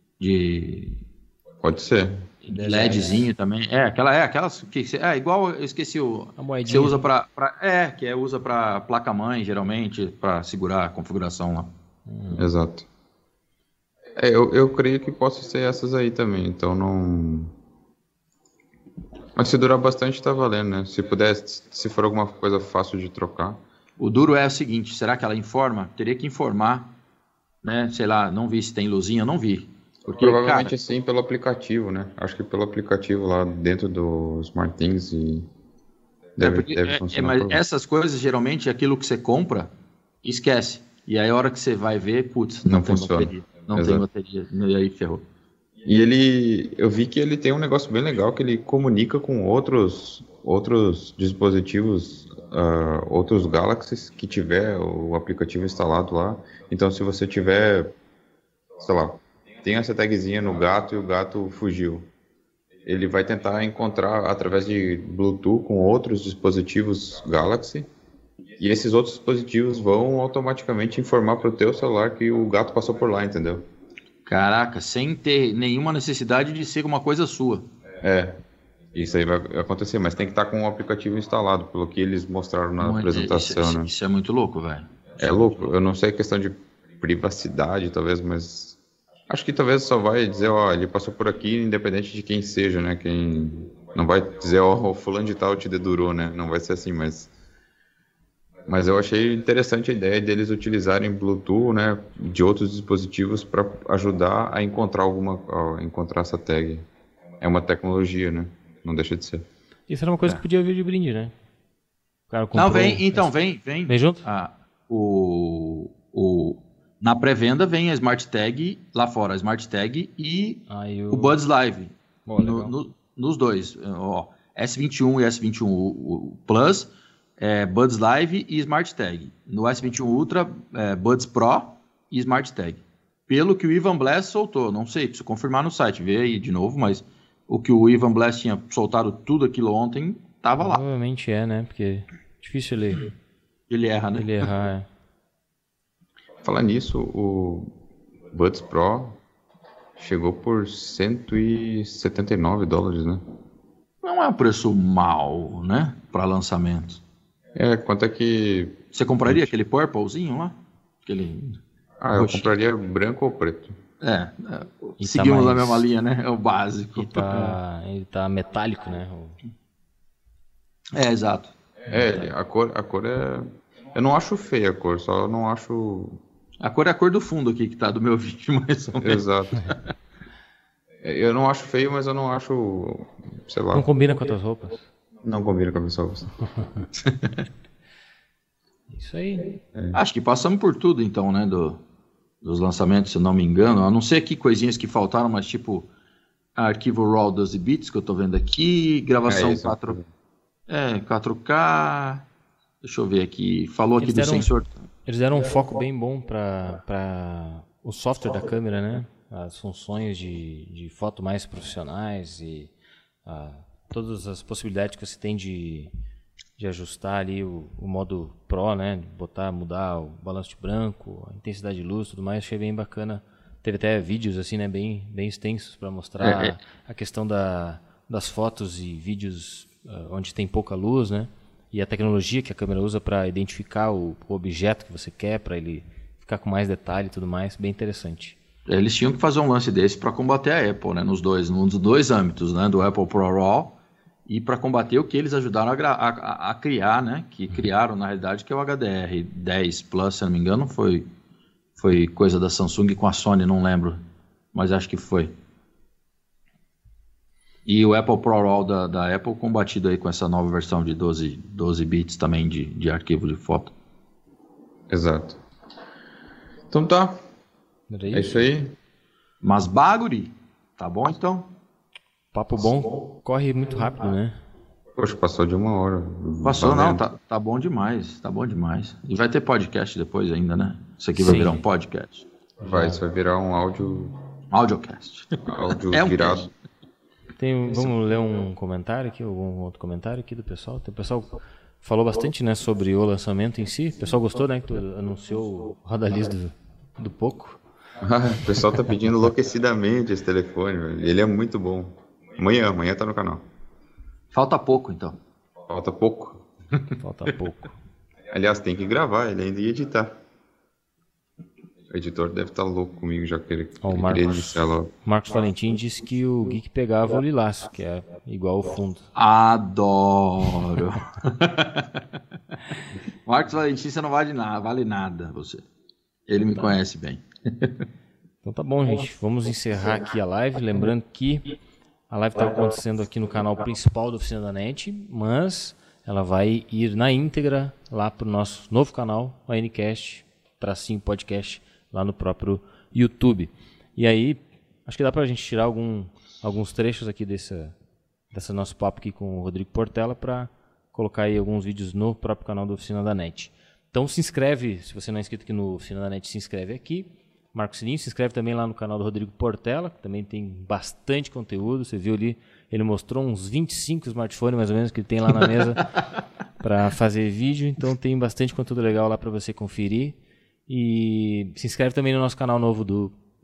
Pode ser. LEDzinho também. Aquelas que igual, eu esqueci a moedinha. Você usa usa para placa-mãe, geralmente, para segurar a configuração lá. Exato. Eu creio que possa ser essas aí também, então não... Mas se durar bastante, tá valendo, né? Se for alguma coisa fácil de trocar. O duro é o seguinte, será que ela informa? Teria que informar, né? Sei lá, não vi se tem luzinha, não vi. Porque, provavelmente sim, pelo aplicativo, né? Acho que pelo aplicativo lá dentro do SmartThings e deve funcionar. Mas essas coisas, geralmente, aquilo que você compra, esquece. E aí a hora que você vai ver, não tem funciona. Bateria. Não tem bateria. E aí ferrou. E eu vi que ele tem um negócio bem legal, que ele comunica com outros dispositivos, outros Galaxies que tiver o aplicativo instalado lá. Então, se você tiver, sei lá, tem essa tagzinha no gato e o gato fugiu, ele vai tentar encontrar através de Bluetooth com outros dispositivos Galaxy, e esses outros dispositivos vão automaticamente informar para o teu celular que o gato passou por lá, entendeu? Caraca, sem ter nenhuma necessidade de ser uma coisa sua. Isso aí vai acontecer, mas tem que estar com o aplicativo instalado, pelo que eles mostraram na apresentação, né? Isso é muito louco, velho. É louco, eu não sei a questão de privacidade, talvez, mas acho que talvez só vai dizer, ó, ele passou por aqui, independente de quem seja, né? Quem não vai dizer, ó, o fulano de tal te dedurou, né? Não vai ser assim, mas eu achei interessante a ideia deles utilizarem Bluetooth, né, de outros dispositivos para ajudar a encontrar encontrar essa tag. É uma tecnologia, né? Não deixa de ser. Isso era uma coisa que podia vir de brinde, né? O cara comprou, não, vem. Vem junto? Na pré-venda vem a Smart Tag, lá fora, a Smart Tag e o Buds Live. Nos dois. Ó, S21 e S21 Plus, Buds Live e Smart Tag. No S21 Ultra, Buds Pro e Smart Tag. Pelo que o Ivan Bless soltou, não sei, preciso confirmar no site, ver aí de novo, mas o que o Ivan Bless tinha soltado tudo aquilo ontem, tava lá. Provavelmente né? Porque é difícil ele erra, né? Ele errar, Falar nisso, o Buds Pro chegou por $179, né? Não é um preço mal, né? Para lançamento. Quanto é que... Você compraria aquele purplezinho lá? Eu compraria branco ou preto. Seguimos a mesma linha, né? É o básico. Ele tá metálico, né? Exato. A cor é... Eu não acho feia a cor, só não acho... A cor é a cor do fundo aqui, que tá do meu vídeo, mais ou menos. Exato. Eu não acho feio, mas eu não acho... Sei lá. Não combina com as tuas roupas. Não combina com as minhas roupas. Isso aí. Acho que passamos por tudo, então, né? Dos lançamentos, se eu não me engano. A não ser aqui coisinhas que faltaram, mas tipo... Arquivo RAW 12 bits, que eu tô vendo aqui. Gravação 4K... Deixa eu ver aqui. Falou aqui do sensor. Eles deram um foco bem bom para o software da câmera, né? As funções de foto mais profissionais e todas as possibilidades que você tem de ajustar ali o modo Pro, né? Mudar o balanço de branco, a intensidade de luz, tudo mais. Achei bem bacana. Teve até vídeos assim, né? Bem extensos para mostrar a questão das fotos e vídeos onde tem pouca luz, né? E a tecnologia que a câmera usa para identificar o objeto que você quer, para ele ficar com mais detalhe e tudo mais, bem interessante. Eles tinham que fazer um lance desse para combater a Apple, né? Num dos dois âmbitos, né? Do Apple Pro RAW e para combater o que eles ajudaram a criar, né? Que criaram, na realidade, que é o HDR10 Plus, se não me engano, foi coisa da Samsung com a Sony, não lembro, mas acho que foi. E o Apple Pro RAW da Apple combatido aí com essa nova versão de 12 bits também de arquivo de foto. Exato. Então tá. É isso aí. Mas baguri, tá bom então? Papo bom, corre muito rápido, né? Poxa, passou de 1 hora. Passou, não, tá bom demais, tá bom demais. E vai ter podcast depois ainda, né? Isso aqui vai virar um podcast. Isso vai virar um Audiocast. Áudio um virado. cast. Vamos ler um comentário aqui, algum outro comentário aqui do pessoal. O pessoal falou bastante, né, sobre o lançamento em si. O pessoal gostou, né, que tu anunciou o Rodalis do Poco. O pessoal tá pedindo enlouquecidamente esse telefone, velho. Ele é muito bom. Amanhã tá no canal. Falta pouco, então. Falta pouco. Aliás, tem que gravar, ele ainda ia editar. O editor deve estar louco comigo, já que ele queria iniciar logo. Marcos Valentim disse que o Geek pegava o lilaço, que é igual ao fundo. Adoro! Marcos Valentim, você não vale nada, você. Ele me conhece bem. Então tá bom, gente. Vamos encerrar aqui a live. Lembrando que a live está acontecendo aqui no canal principal da Oficina da NET, mas ela vai ir na íntegra lá para o nosso novo canal, o ANCast, _podcast, lá no próprio YouTube. E aí, acho que dá pra gente tirar alguns trechos aqui dessa nosso papo aqui com o Rodrigo Portela para colocar aí alguns vídeos no próprio canal da Oficina da NET. Então se inscreve, se você não é inscrito aqui no Oficina da NET, se inscreve aqui, marca o sininho, se inscreve também lá no canal do Rodrigo Portela, que também tem bastante conteúdo. Você viu ali, ele mostrou uns 25 smartphones mais ou menos que ele tem lá na mesa para fazer vídeo, então tem bastante conteúdo legal lá para você conferir. E se inscreve também no nosso canal novo do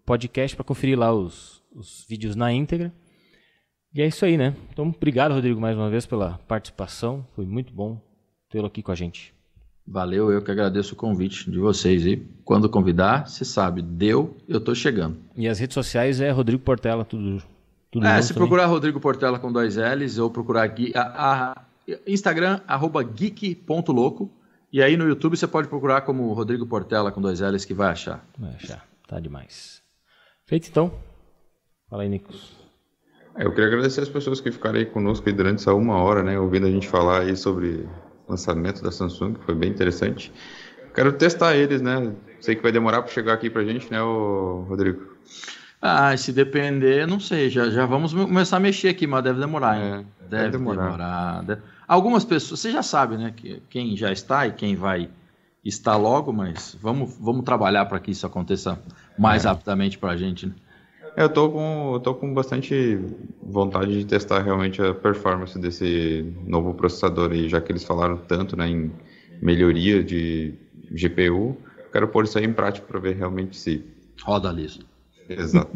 podcast para conferir lá os vídeos na íntegra. E é isso aí, né? Então, obrigado, Rodrigo, mais uma vez pela participação. Foi muito bom tê-lo aqui com a gente. Valeu, eu que agradeço o convite de vocês. E quando convidar, você sabe, eu tô chegando. E as redes sociais é Rodrigo Portela, tudo se procurar Rodrigo Portela com 2 L's, ou procurar aqui, Instagram, @geek.louco. E aí no YouTube você pode procurar como Rodrigo Portela com 2 L's que vai achar. Vai achar, tá demais. Feito então. Fala aí, Nicos. Eu queria agradecer as pessoas que ficaram aí conosco aí durante essa 1 hora, né, ouvindo a gente falar aí sobre o lançamento da Samsung, que foi bem interessante. Quero testar eles, né? Sei que vai demorar para chegar aqui pra gente, né, Rodrigo? Se depender, não sei, já vamos começar a mexer aqui, mas deve demorar, hein? Deve demorar. Algumas pessoas, você já sabe, né, que quem já está e quem vai estar logo, mas vamos trabalhar para que isso aconteça mais rapidamente para a gente, né? Eu tô com bastante vontade de testar realmente a performance desse novo processador aí, já que eles falaram tanto, né, em melhoria de GPU. Quero pôr isso aí em prática para ver realmente se roda liso. Exato.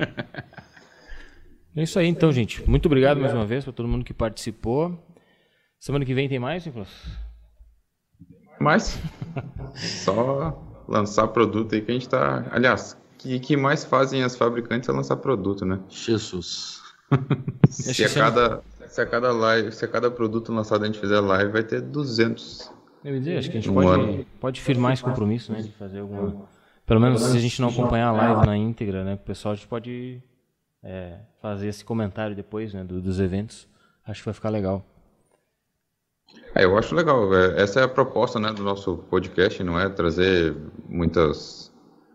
É isso aí então, gente. Muito obrigado mais uma vez para todo mundo que participou. Semana que vem tem mais, Nicolas? Mais? Só lançar produto aí que a gente tá... Aliás, que mais fazem as fabricantes é lançar produto, né? Jesus. Se a cada produto lançado a gente fizer live, vai ter 200. Eu ia dizer, acho que a gente pode firmar esse compromisso, né? De fazer alguma... Pelo menos se a gente não acompanhar a live na íntegra, né? O pessoal, a gente pode fazer esse comentário depois, né? Dos eventos. Acho que vai ficar legal. Eu acho legal. Essa é a proposta, né, do nosso podcast, não é trazer muitas,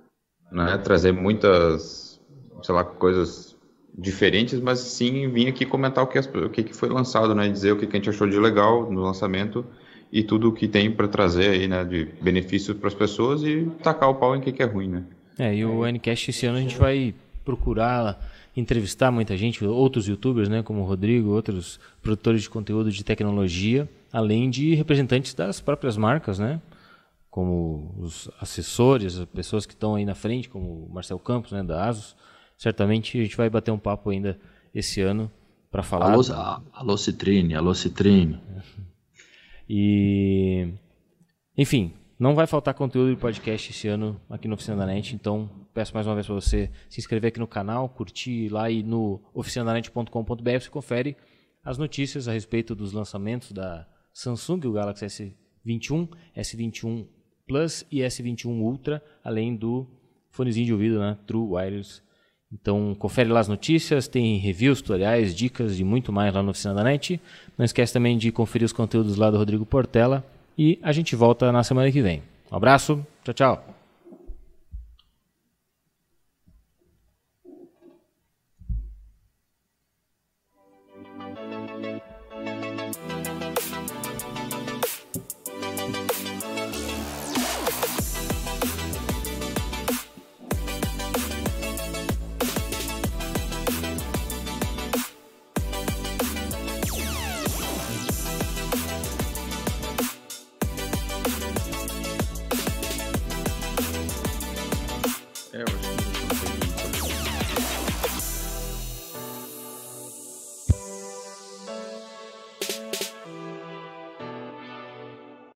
sei lá, coisas diferentes, mas sim vir aqui comentar o que foi lançado, né? Dizer o que a gente achou de legal no lançamento e tudo o que tem para trazer aí, né, de benefícios para as pessoas e tacar o pau em que é ruim, né? E o Ncast esse ano a gente vai procurar entrevistar muita gente, outros youtubers, né, como o Rodrigo, outros produtores de conteúdo de tecnologia, além de representantes das próprias marcas, né, como os assessores, as pessoas que estão aí na frente, como o Marcel Campos, né, da ASUS. Certamente a gente vai bater um papo ainda esse ano para falar. Alô Citrine. E, enfim, não vai faltar conteúdo de podcast esse ano aqui no Oficina da NET, então peço mais uma vez para você se inscrever aqui no canal, curtir lá e no oficinadanet.com.br você confere as notícias a respeito dos lançamentos da Samsung, o Galaxy S21, S21 Plus e S21 Ultra, além do fonezinho de ouvido, né, True Wireless. Então confere lá as notícias, tem reviews, tutoriais, dicas e muito mais lá no Oficina da NET. Não esquece também de conferir os conteúdos lá do Rodrigo Portela e a gente volta na semana que vem. Um abraço, tchau, tchau.